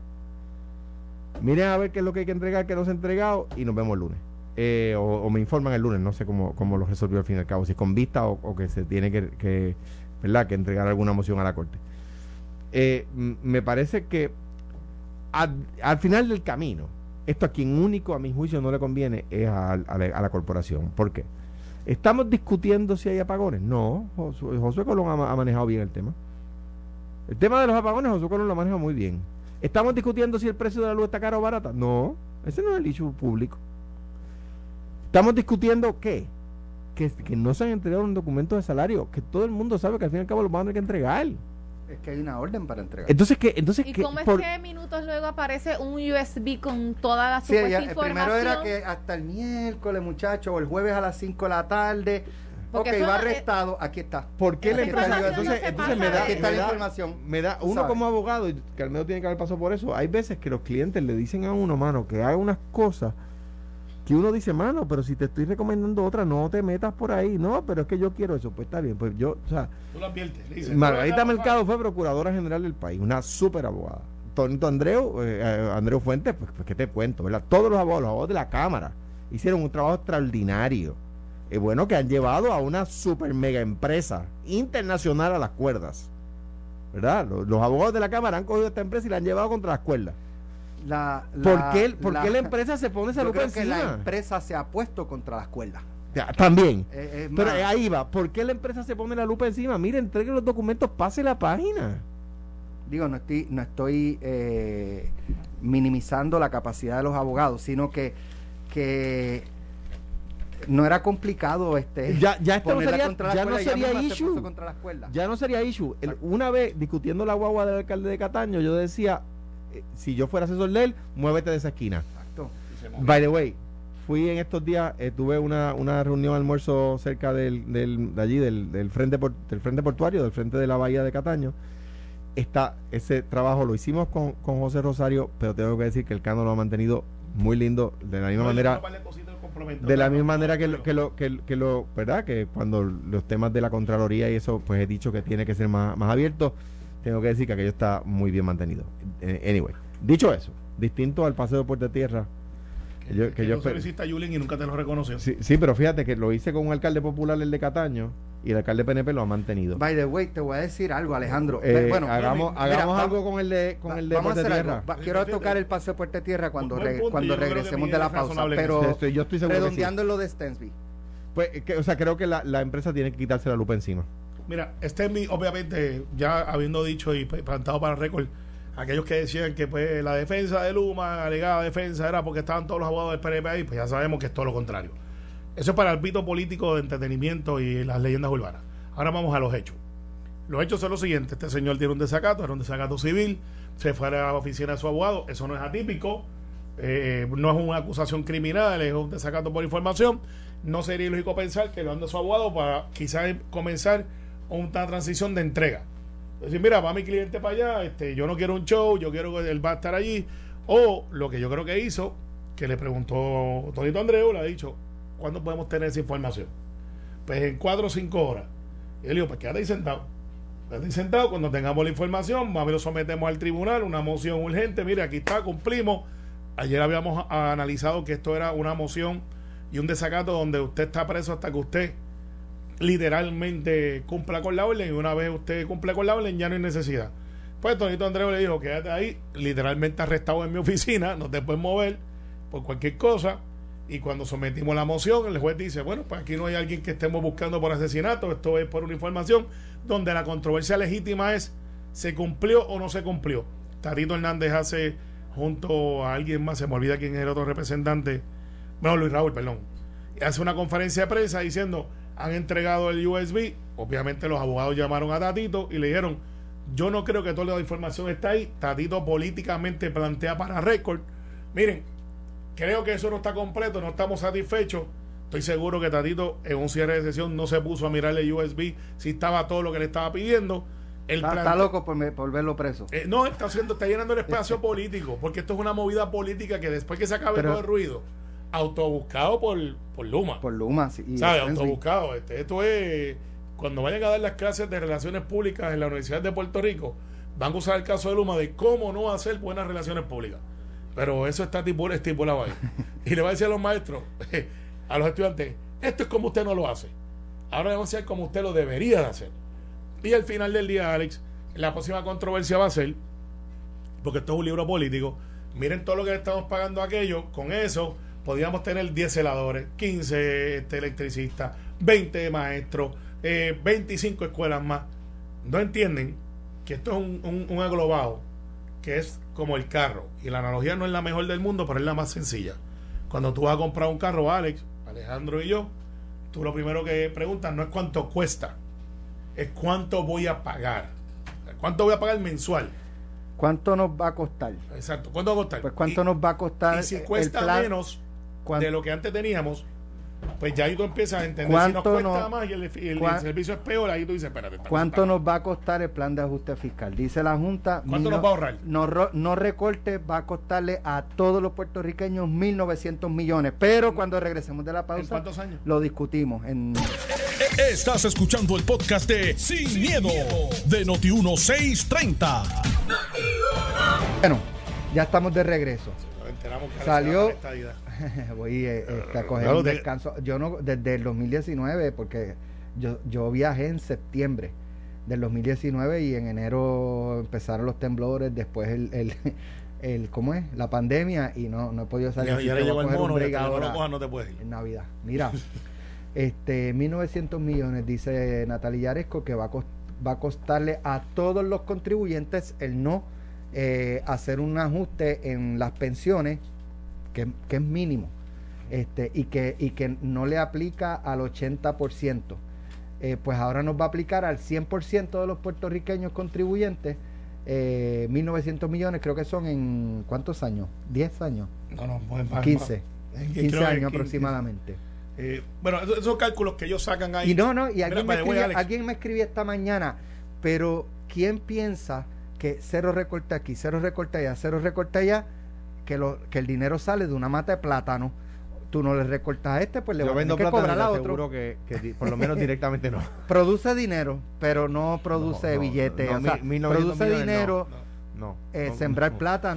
Speaker 3: miren a ver qué es lo que hay que entregar, qué no se ha entregado, y nos vemos el lunes. Eh, o, o me informan el lunes, no sé cómo, cómo lo resolvió al fin y al cabo, si es con vista o, o que se tiene que, que, ¿verdad? que entregar alguna moción a la Corte. Eh, m- me parece que al, al final del camino, esto a quien único, a mi juicio, no le conviene es a, a la, a la corporación. ¿Por qué? ¿Estamos discutiendo si hay apagones? No, Josué, Josué Colón ha, ma- ha manejado bien el tema. El tema de los apagones, Josué Colón lo ha manejado muy bien. ¿Estamos discutiendo si el precio de la luz está caro o barata? No, ese no es el issue público. ¿Estamos discutiendo qué? Que, que no se han entregado un documento de salario, que todo el mundo sabe que al fin y al cabo lo van a tener que entregar.
Speaker 5: Es que hay una orden para entregar.
Speaker 3: Entonces, ¿qué? Entonces,
Speaker 2: ¿Y
Speaker 3: ¿qué?
Speaker 2: cómo es
Speaker 3: Por-
Speaker 2: que minutos luego aparece un U S B con toda la
Speaker 5: Sí,
Speaker 2: supuesta
Speaker 5: ella- el
Speaker 2: información?
Speaker 5: primero era que hasta el miércoles, muchachos, o el jueves a las cinco de la tarde.
Speaker 2: Porque
Speaker 5: Ok,
Speaker 2: eso
Speaker 5: va
Speaker 2: no es-
Speaker 5: arrestado. Aquí está.
Speaker 3: ¿Por qué
Speaker 2: Esa
Speaker 3: la empresa?
Speaker 2: información
Speaker 3: Entonces,
Speaker 2: no se
Speaker 3: entonces me
Speaker 2: pasa.
Speaker 3: da,
Speaker 5: Aquí está
Speaker 3: me
Speaker 5: la
Speaker 3: da-
Speaker 5: información.
Speaker 3: me da
Speaker 5: Tú
Speaker 3: uno
Speaker 5: sabes.
Speaker 3: como abogado, y que al menos tiene que haber pasado por eso. Hay veces que los clientes le dicen a uno, mano, que haga unas cosas que uno dice, mano, pero si te estoy recomendando otra, no te metas por ahí. No, pero es que yo quiero eso. Pues está bien. Pues yo, o sea,
Speaker 4: Tú lo adviertes. le dices,
Speaker 3: Margarita
Speaker 4: "Tú lo
Speaker 3: Mercado
Speaker 4: acabas".
Speaker 3: fue procuradora general del país, una súper abogada. Tonito Andreu, eh, eh, Andreu Fuentes, pues, pues qué te cuento, ¿verdad? Todos los abogados, los abogados de la Cámara, hicieron un trabajo extraordinario. Es bueno que han llevado a una super mega empresa internacional a las cuerdas, ¿verdad? Los, los abogados de la Cámara han cogido esta empresa y la han llevado contra las cuerdas.
Speaker 5: La,
Speaker 3: ¿Por,
Speaker 5: la-
Speaker 3: qué, ¿por qué la empresa se pone esa
Speaker 5: Yo
Speaker 3: lupa
Speaker 5: creo que la
Speaker 3: encima?
Speaker 5: empresa se ha puesto contra las cuerdas.
Speaker 3: Ya, también.
Speaker 5: Eh, es
Speaker 3: Pero
Speaker 5: más,
Speaker 3: eh, ahí va. ¿Por qué la empresa se pone la lupa encima? Mire, entregue los documentos, pase la página.
Speaker 5: digo, no estoy, no estoy eh, minimizando la capacidad de los abogados, sino que, que no era complicado este
Speaker 3: Ya, ya esto no
Speaker 5: ponerla
Speaker 3: sería,
Speaker 5: contra la
Speaker 3: ya no
Speaker 5: cuerda, ella
Speaker 3: sería
Speaker 5: misma se
Speaker 3: issue.
Speaker 5: puso contra las cuerdas.
Speaker 3: Ya no sería issue. El- una vez discutiendo la guagua del alcalde de Cataño, yo decía, eh, si yo fuera asesor de él, muévete de esa esquina.
Speaker 5: Exacto.
Speaker 4: Y se movió.
Speaker 3: By the way, fui en estos días, eh, tuve una, una reunión almuerzo cerca del, del de allí, del, del frente por- del frente portuario, del frente de la bahía de Cataño. Está, ese trabajo lo hicimos con, con José Rosario, pero tengo que decir que el Cano lo ha mantenido muy lindo, de la misma
Speaker 4: No,
Speaker 3: manera.
Speaker 4: no vale cosita el complemento.
Speaker 3: De la
Speaker 4: No,
Speaker 3: misma
Speaker 4: no,
Speaker 3: manera que
Speaker 4: no,
Speaker 3: lo, que lo, que, que lo, ¿verdad? Que cuando los temas de la Contraloría y eso, pues he dicho que tiene que ser más, más abierto, tengo que decir que aquello está muy bien mantenido. Eh, anyway, dicho eso, distinto al paseo de Puerta Tierra, Que yo, que
Speaker 4: que
Speaker 3: yo
Speaker 4: tú se
Speaker 3: espe-
Speaker 4: lo hiciste a Yulín y nunca te lo reconoció.
Speaker 3: sí, sí, pero fíjate que lo hice con un alcalde popular, el de Cataño, y el alcalde P N P lo ha mantenido.
Speaker 5: By the way, te voy a decir algo, Alejandro.
Speaker 3: Eh,
Speaker 5: bueno,
Speaker 3: hagamos
Speaker 5: mira,
Speaker 3: hagamos
Speaker 5: va-
Speaker 3: algo con el de con
Speaker 5: va-
Speaker 3: el de
Speaker 5: vamos a
Speaker 3: Puerto
Speaker 5: hacer
Speaker 3: Tierra.
Speaker 5: algo. Va- quiero tocar el paso de Puerto Tierra cuando,
Speaker 4: Buen
Speaker 5: re-
Speaker 4: punto,
Speaker 5: cuando
Speaker 4: yo creo que
Speaker 5: regresemos
Speaker 4: Miguel
Speaker 5: de la
Speaker 4: es
Speaker 5: pausa.
Speaker 4: razonable en
Speaker 5: Pero
Speaker 3: eso. Estoy- yo estoy seguro que sí.
Speaker 5: redondeando en lo de Stensby.
Speaker 3: Pues, que, o sea, creo que la, la empresa tiene que quitarse la lupa encima.
Speaker 4: Mira, Stensby, obviamente, ya habiendo dicho y plantado para el récord, aquellos que decían que pues la defensa de Luma, alegada defensa, era porque estaban todos los abogados del P N P ahí, pues ya sabemos que es todo lo contrario. Eso es para el ámbito político de entretenimiento y las leyendas urbanas. Ahora vamos a los hechos. Los hechos son los siguientes. Este señor tiene un desacato, era un desacato civil, se fue a la oficina de su abogado, eso no es atípico, eh, no es una acusación criminal, es un desacato por información. No sería ilógico pensar que lo anda su abogado para quizás comenzar una transición de entrega. Es decir, mira, va mi cliente para allá, este, yo no quiero un show, yo quiero que él va a estar allí. O lo que yo creo que hizo, que le preguntó Tonito Andreu, le ha dicho, ¿cuándo podemos tener esa información? Pues en cuatro o cinco horas. Y él dijo, pues quédate ahí sentado. Quédate ahí sentado, cuando tengamos la información, más lo sometemos al tribunal, una moción urgente, mire, aquí está, cumplimos. Ayer habíamos a- analizado que esto era una moción y un desacato donde usted está preso hasta que usted literalmente cumpla con la orden, y una vez usted cumple con la orden ya no hay necesidad. Pues Tonito Andreu le dijo, quédate ahí, literalmente arrestado en mi oficina, no te puedes mover por cualquier cosa. Y cuando sometimos la moción, el juez dice, bueno, pues aquí no hay alguien que estemos buscando por asesinato, esto es por una información donde la controversia legítima es, ¿se cumplió o no se cumplió? Tatito Hernández hace, junto a alguien más, se me olvida quién es el otro representante, bueno, Luis Raúl, perdón, hace una conferencia de prensa diciendo, han entregado el U S B, obviamente los abogados llamaron a Tatito y le dijeron, yo no creo que toda la información está ahí. Tatito políticamente plantea para récord, miren, creo que eso no está completo, no estamos satisfechos. Estoy seguro que Tatito en un cierre de sesión no se puso a mirar el U S B si estaba todo lo que le estaba pidiendo. El
Speaker 5: Está,
Speaker 4: plante-
Speaker 5: está loco por, me- por verlo preso.
Speaker 4: eh, no, está haciendo, está llenando el espacio político, porque esto es una movida política que después que se acabe
Speaker 5: Pero-
Speaker 4: todo el ruido, autobuscado por, por Luma.
Speaker 5: Por Luma. sí, y
Speaker 4: ¿Sabes?
Speaker 5: Stensby.
Speaker 4: Autobuscado. Este, esto es, cuando vayan a dar las clases de relaciones públicas en la Universidad de Puerto Rico, van a usar el caso de Luma de cómo no hacer buenas relaciones públicas. Pero eso está tipo- estipulado ahí. Y le va a decir a los maestros, a los estudiantes, esto es como usted no lo hace. Ahora le vamos a hacer como usted lo debería de hacer. Y al final del día, Alex, la próxima controversia va a ser, porque esto es un libro político, miren todo lo que le estamos pagando a aquello, con eso podríamos tener diez celadores, quince este, electricistas, veinte maestros, eh, veinticinco escuelas más. No entienden que esto es un, un, un aglobado, que es como el carro, y la analogía no es la mejor del mundo, pero es la más sencilla. Cuando tú vas a comprar un carro, Alex, Alejandro y yo, tú lo primero que preguntas no es cuánto cuesta, es cuánto voy a pagar, cuánto voy a pagar mensual.
Speaker 5: ¿Cuánto nos va a costar?
Speaker 4: Exacto, ¿cuánto va a costar?
Speaker 5: Pues cuánto
Speaker 4: Y-
Speaker 5: nos va a costar
Speaker 4: y si
Speaker 5: el
Speaker 4: cuesta
Speaker 5: plan?
Speaker 4: menos
Speaker 5: ¿Cuán-
Speaker 4: de lo que antes teníamos, pues ya ahí tú empiezas a entender si nos
Speaker 5: ¿Cuánto
Speaker 4: cuesta
Speaker 5: no-
Speaker 4: más y el, y el-
Speaker 5: cuán-
Speaker 4: el servicio es peor, ahí tú dices, espérate. esta
Speaker 5: ¿Cuánto
Speaker 4: cosa
Speaker 5: nos va a costar el plan de ajuste fiscal? Dice la Junta.
Speaker 4: ¿Cuánto
Speaker 5: mil
Speaker 4: nos va a ahorrar?
Speaker 5: No, ro- no recorte, va a costarle a todos los puertorriqueños mil novecientos millones. Pero cuando regresemos de la
Speaker 4: está. ¿En
Speaker 5: pausa,
Speaker 4: cuántos años?
Speaker 5: lo discutimos. En...
Speaker 1: Estás escuchando el podcast de Sin, miedo, de Noti uno seiscientos treinta.
Speaker 5: Bueno, ya estamos de regreso.
Speaker 4: Nos enteramos que
Speaker 5: Salió-
Speaker 4: Alex se va para la estadidad.
Speaker 5: Voy eh, este, a coger
Speaker 4: Claro,
Speaker 5: un
Speaker 4: de-
Speaker 5: descanso. Yo no, desde el dos mil diecinueve, porque yo, yo viajé en septiembre del dos mil diecinueve y en enero empezaron los temblores, después el, el, el ¿cómo es? La pandemia y no, no he podido salir.
Speaker 4: Y
Speaker 5: así
Speaker 4: ahora
Speaker 5: que
Speaker 4: llegó
Speaker 5: voy a
Speaker 4: el
Speaker 5: coger un
Speaker 4: mono y
Speaker 5: break
Speaker 4: hasta que no lo
Speaker 5: ahora
Speaker 4: cojas no te puedes ir.
Speaker 5: en Navidad. Mira, este mil novecientos millones, dice Natalia Yaresco, que va a, cost- va a costarle a todos los contribuyentes el no eh, hacer un ajuste en las pensiones, que, que es mínimo, este y que y que no le aplica al ochenta por ciento. Eh, pues ahora nos va a aplicar al cien por ciento de los puertorriqueños contribuyentes, eh, mil novecientos millones, creo que son en ¿cuántos años? diez años,
Speaker 4: No, no, pues, más-
Speaker 5: quince,
Speaker 4: más. Eh,
Speaker 5: quince
Speaker 4: creo que
Speaker 5: años
Speaker 4: quince.
Speaker 5: aproximadamente.
Speaker 4: Eh, bueno, esos, esos cálculos que ellos sacan ahí.
Speaker 5: Y no, no, y
Speaker 4: Mira,
Speaker 5: alguien,
Speaker 4: by
Speaker 5: me
Speaker 4: the way,
Speaker 5: escribía,
Speaker 4: Alex,
Speaker 5: alguien me escribía esta mañana, pero ¿quién piensa que cero recorte aquí, cero recorte allá, cero recorte allá, que, lo, que el dinero sale de una mata de plátano? Tú no le recortas a este, pues le
Speaker 3: Yo
Speaker 5: vas a
Speaker 3: vendo
Speaker 5: tener que
Speaker 3: plátano
Speaker 5: cobrar
Speaker 3: y
Speaker 5: a
Speaker 3: te
Speaker 5: otro.
Speaker 3: aseguro que, que di- por lo menos directamente no.
Speaker 5: Produce dinero, pero no produce
Speaker 3: No, no,
Speaker 5: billetes.
Speaker 3: no,
Speaker 5: o sea,
Speaker 3: mil- mil novecientos
Speaker 5: produce
Speaker 3: millones,
Speaker 5: dinero,
Speaker 3: No,
Speaker 5: eh,
Speaker 3: no,
Speaker 5: sembrar
Speaker 3: no.
Speaker 5: plátano,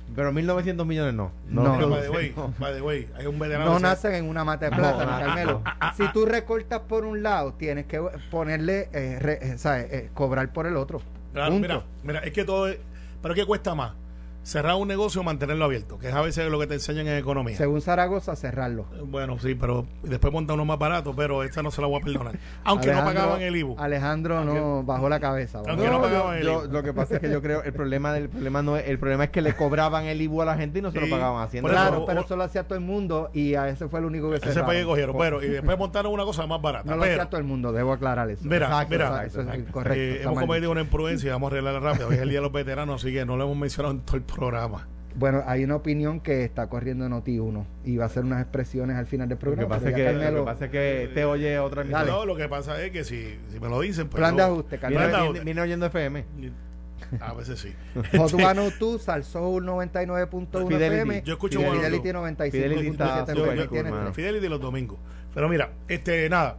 Speaker 3: Pero mil novecientos millones no.
Speaker 5: No,
Speaker 4: Mira,
Speaker 5: no,
Speaker 4: by the way, by the way, hay un veterano
Speaker 5: No
Speaker 4: que se-
Speaker 5: nacen en una mata de plátano, Carmelo. Si tú recortas por un lado, tienes que ponerle, eh, re- eh, ¿sabes? Eh, cobrar por el otro.
Speaker 4: Claro,
Speaker 5: Punto.
Speaker 4: mira, mira, es que todo es, pero ¿qué cuesta más? Cerrar un negocio o mantenerlo abierto, que es a veces lo que te enseñan en economía.
Speaker 5: Según Zaragoza, cerrarlo.
Speaker 4: Bueno, sí, pero después monta uno más barato, pero esta no se la voy a perdonar. Aunque no
Speaker 5: Alejandro-
Speaker 4: pagaban el I B U.
Speaker 5: Alejandro no bajó la cabeza. bajó
Speaker 4: Aunque
Speaker 5: la
Speaker 4: no
Speaker 3: No,
Speaker 4: pagaban
Speaker 3: yo-
Speaker 4: el
Speaker 3: yo-
Speaker 4: I V U.
Speaker 3: lo que pasa es que yo creo el problema del problema no es el problema es que le cobraban el I B U a la gente y no se
Speaker 4: Sí,
Speaker 3: lo pagaban haciendo.
Speaker 4: por eso-
Speaker 5: Claro,
Speaker 4: o-
Speaker 5: pero
Speaker 4: o-
Speaker 5: eso lo hacía todo el mundo y a ese fue el único que se
Speaker 4: Ese país que cogieron, pero y después montaron una cosa más barata.
Speaker 5: No lo
Speaker 4: pero,
Speaker 5: hacía todo el mundo, debo aclarar eso.
Speaker 4: Mira,
Speaker 5: Exacto,
Speaker 4: mira,
Speaker 5: exacto, eso es
Speaker 3: exacto.
Speaker 5: correcto.
Speaker 4: eh,
Speaker 5: está
Speaker 4: hemos
Speaker 5: mal
Speaker 4: cometido
Speaker 5: dicho.
Speaker 4: una imprudencia y vamos a arreglarla rápido. Hoy es el Día de los Veteranos, así que no lo hemos mencionado en todo el programa.
Speaker 5: Bueno, hay una opinión que está corriendo Noti uno y va a hacer unas expresiones al final del
Speaker 3: Lo que
Speaker 5: programa.
Speaker 3: pasa es
Speaker 5: pero
Speaker 3: que,
Speaker 5: ya
Speaker 3: lo
Speaker 5: Carmelo-
Speaker 3: que pasa es que te oye otra
Speaker 5: Dale.
Speaker 4: No, lo que pasa es que si, si me lo dicen, pues.
Speaker 5: Plan
Speaker 4: yo-
Speaker 5: de ajuste,
Speaker 4: Plan
Speaker 3: viene,
Speaker 4: de
Speaker 5: Carmelo.
Speaker 3: viene- viene oyendo F M.
Speaker 4: A veces sí.
Speaker 5: Hot one oh two, Salsoul noventa y nueve punto uno
Speaker 3: Fidelity.
Speaker 5: F M,
Speaker 4: Yo escucho
Speaker 5: Fidelity,
Speaker 4: One oh two.
Speaker 5: Fidelity noventa y cinco
Speaker 3: Fidelity
Speaker 5: punto
Speaker 3: está
Speaker 5: siete
Speaker 4: Yo-
Speaker 3: super
Speaker 4: yo-
Speaker 5: F M, tiene
Speaker 3: cool,
Speaker 5: tres.
Speaker 4: Fidelity los domingos. Pero mira, este, nada.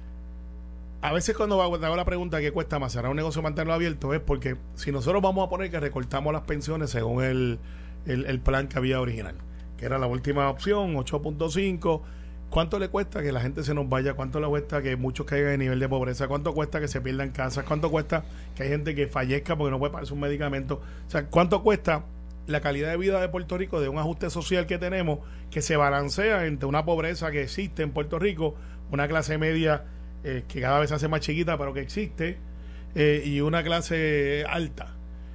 Speaker 4: A veces cuando hago te hago la pregunta ¿qué cuesta más cerrar un negocio o mantenerlo abierto? Es porque si nosotros vamos a poner que recortamos las pensiones según el, el, el plan que había original, que era la última opción, ocho punto cinco, ¿cuánto le cuesta que la gente se nos vaya? ¿Cuánto le cuesta que muchos caigan en nivel de pobreza? ¿Cuánto cuesta que se pierdan casas? ¿Cuánto cuesta que hay gente que fallezca porque no puede pagar sus medicamentos? O sea, ¿cuánto cuesta la calidad de vida de Puerto Rico de un ajuste social que tenemos que se balancea entre una pobreza que existe en Puerto Rico, una clase media eh, que cada vez se hace más chiquita pero que existe, eh, y una clase alta?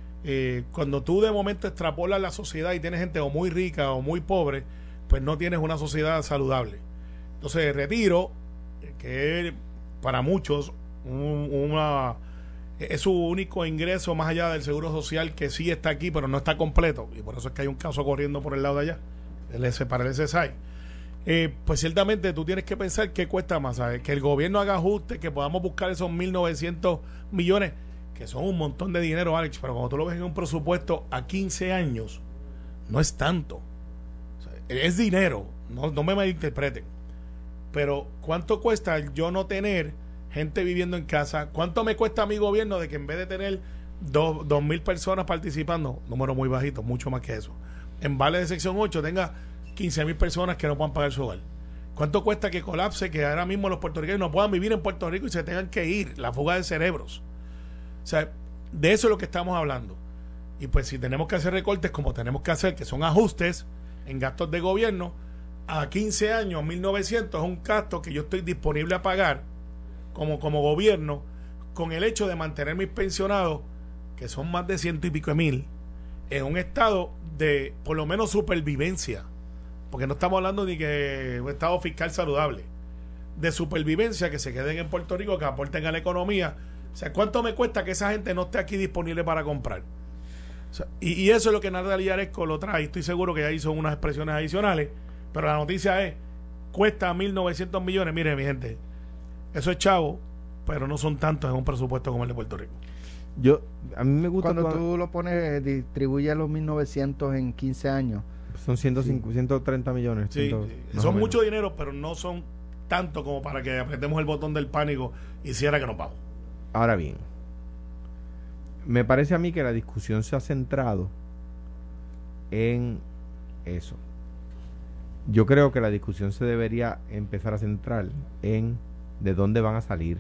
Speaker 4: Eh, cuando tú de momento extrapolas la sociedad y tienes gente o muy rica o muy pobre, pues no tienes una sociedad saludable. Entonces el retiro, eh, que es para muchos un- una es su único ingreso más allá del seguro social, que sí está aquí pero no está completo, y por eso es que hay un caso corriendo por el lado de allá, el S para el S S I. Eh, pues ciertamente tú tienes que pensar qué cuesta más, ¿sabes? Que el gobierno haga ajustes, que podamos buscar esos mil novecientos millones, que son un montón de dinero, Alex, pero cuando tú lo ves en un presupuesto a quince años, no es tanto. O sea, es dinero, no, no me malinterpreten. Pero ¿cuánto cuesta el yo no tener gente viviendo en casa? ¿Cuánto me cuesta a mi gobierno de que en vez de tener dos, dos mil personas participando, número muy bajito, mucho más que eso, en vale de sección ocho tenga quince mil personas que no puedan pagar su hogar? ¿Cuánto cuesta que colapse, que ahora mismo los puertorriqueños no puedan vivir en Puerto Rico y se tengan que ir? La fuga de cerebros. O sea, de eso es lo que estamos hablando. Y pues si tenemos que hacer recortes como tenemos que hacer, que son ajustes en gastos de gobierno, a quince años, mil novecientos es un gasto que yo estoy disponible a pagar como, como gobierno, con el hecho de mantener mis pensionados, que son más de ciento y pico de mil, en un estado de por lo menos supervivencia, porque no estamos hablando ni que un estado fiscal saludable, de supervivencia, que se queden en Puerto Rico, que aporten a la economía. O sea, ¿cuánto me cuesta que esa gente no esté aquí disponible para comprar? O sea, y, y eso es lo que Natalia Aresco lo trae. Estoy seguro que ya hizo unas expresiones adicionales, pero la noticia es, cuesta mil novecientos millones. Mire, mi gente, eso es chavo, pero no son tantos en un presupuesto como el de Puerto Rico.
Speaker 3: Yo a mí me gusta
Speaker 5: Cuando
Speaker 3: cuando-
Speaker 5: tú lo pones, distribuye los mil novecientos en quince años.
Speaker 3: son ciento cinco, ciento treinta millones.
Speaker 4: Sí,
Speaker 3: ciento-
Speaker 4: sí,
Speaker 3: más o
Speaker 4: son
Speaker 3: menos.
Speaker 4: mucho dinero, pero no son tanto como para que apretemos el botón del pánico y hiciera que nos vamos.
Speaker 3: Ahora bien, me parece a mí que la discusión se ha centrado en eso. Yo creo que la discusión se debería empezar a centrar en de dónde van a salir.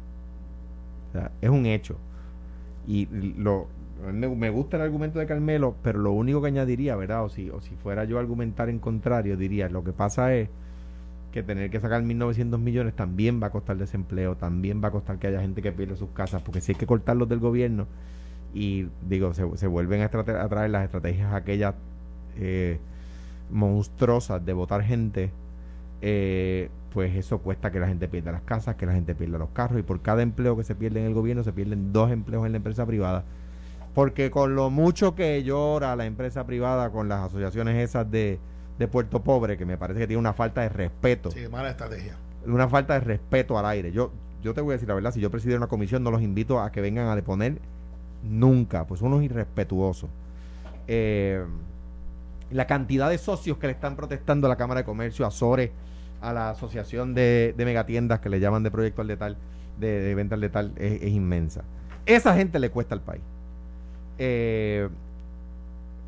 Speaker 3: O sea, es un hecho. Y lo me, me gusta el argumento de Carmelo, pero lo único que añadiría, ¿verdad? O si, o si fuera yo a argumentar en contrario, diría, lo que pasa es que tener que sacar mil novecientos millones también va a costar desempleo, también va a costar que haya gente que pierda sus casas, porque si hay que cortarlos del gobierno y digo, se, se vuelven a, estrate- a traer las estrategias aquellas eh, monstruosas de votar gente, eh, pues eso cuesta que la gente pierda las casas, que la gente pierda los carros, y por cada empleo que se pierde en el gobierno se pierden dos empleos en la empresa privada, porque con lo mucho que llora la empresa privada con las asociaciones esas de de Puerto Pobre, que me parece que tiene una falta de respeto,
Speaker 4: Sí, mala estrategia.
Speaker 3: una falta de respeto al aire. Yo yo te voy a decir la verdad, si yo presidiera una comisión no los invito a que vengan a deponer nunca, pues son unos irrespetuosos. Eh, la cantidad de socios que le están protestando a la Cámara de Comercio, a Azores, a la Asociación de, de Megatiendas, que le llaman de proyecto al detal, de, de venta al detal, es, es inmensa. Esa gente le cuesta al país. Eh,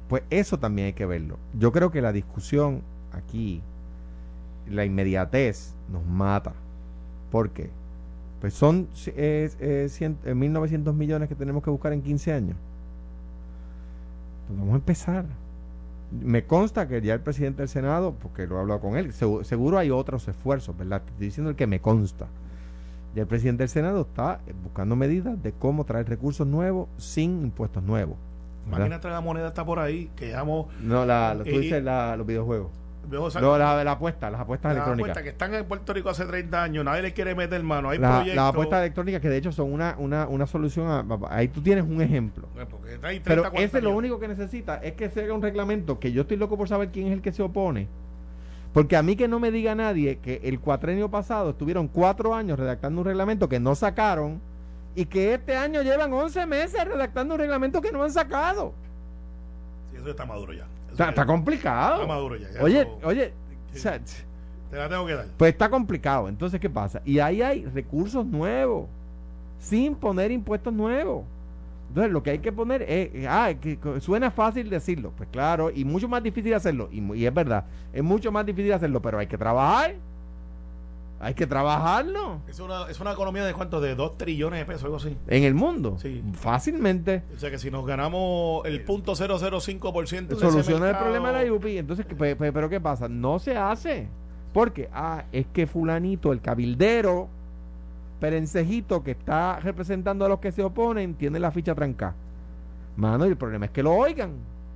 Speaker 3: pues eso también hay que verlo. Yo creo que la discusión aquí, la inmediatez, nos mata. ¿Por qué? Pues son eh, eh, cien, eh, mil novecientos millones que tenemos que buscar en quince años. Pues vamos a empezar. Me consta que ya el presidente del Senado, porque lo he hablado con él, seguro, seguro hay otros esfuerzos, ¿verdad? Estoy diciendo el que me consta. Ya el presidente del Senado está buscando medidas de cómo traer recursos nuevos sin impuestos nuevos.
Speaker 4: Imagínate, la moneda está por ahí, que llamo...
Speaker 3: No, la, la, tú
Speaker 4: eh,
Speaker 3: dices la, los videojuegos.
Speaker 4: Veo,
Speaker 3: No, la, la apuesta, las apuestas
Speaker 4: las
Speaker 3: electrónicas.
Speaker 4: apuestas que están en Puerto Rico hace treinta años, nadie le quiere meter mano. Hay
Speaker 3: La,
Speaker 4: proyectos.
Speaker 3: las apuestas electrónicas que de hecho son una, una, una solución. A, a, ahí tú tienes un ejemplo.
Speaker 4: Porque hay treinta,
Speaker 3: Pero
Speaker 4: cuarenta
Speaker 3: ese lo
Speaker 4: años.
Speaker 3: único que necesita es que se haga un reglamento, que yo estoy loco por saber quién es el que se opone. Porque a mí que no me diga nadie que el cuatrenio pasado estuvieron cuatro años redactando un reglamento que no sacaron y que este año llevan once meses redactando un reglamento que no han sacado.
Speaker 4: Sí, eso está maduro ya. Eso
Speaker 3: Está,
Speaker 4: ya-
Speaker 3: está complicado.
Speaker 4: Está maduro ya. ya
Speaker 3: Oye,
Speaker 4: eso-
Speaker 3: oye,
Speaker 4: sí.
Speaker 3: o sea,
Speaker 4: Te la tengo que dar.
Speaker 3: pues está complicado. Entonces, ¿qué pasa? Y ahí hay recursos nuevos, sin poner impuestos nuevos. Entonces, lo que hay que poner es, eh, ah, que, que suena fácil decirlo, pues claro, y mucho más difícil hacerlo, y, mu- y es verdad, es mucho más difícil hacerlo, pero hay que trabajar, hay que trabajarlo
Speaker 4: Es una, es una economía de cuánto, de dos trillones de pesos, algo así.
Speaker 3: en el mundo,
Speaker 4: Sí.
Speaker 3: fácilmente.
Speaker 4: O sea que si nos ganamos el punto cero cero cinco por ciento de ese
Speaker 3: Soluciona el
Speaker 4: mercado-
Speaker 3: problema de la U P I. Entonces, ¿qué- pe- pe- pero ¿qué pasa? No se hace. Porque, ah, es que fulanito, el cabildero, perencejito que está representando a los que se oponen, tiene la ficha trancada. Mano, y el problema es que lo oigan.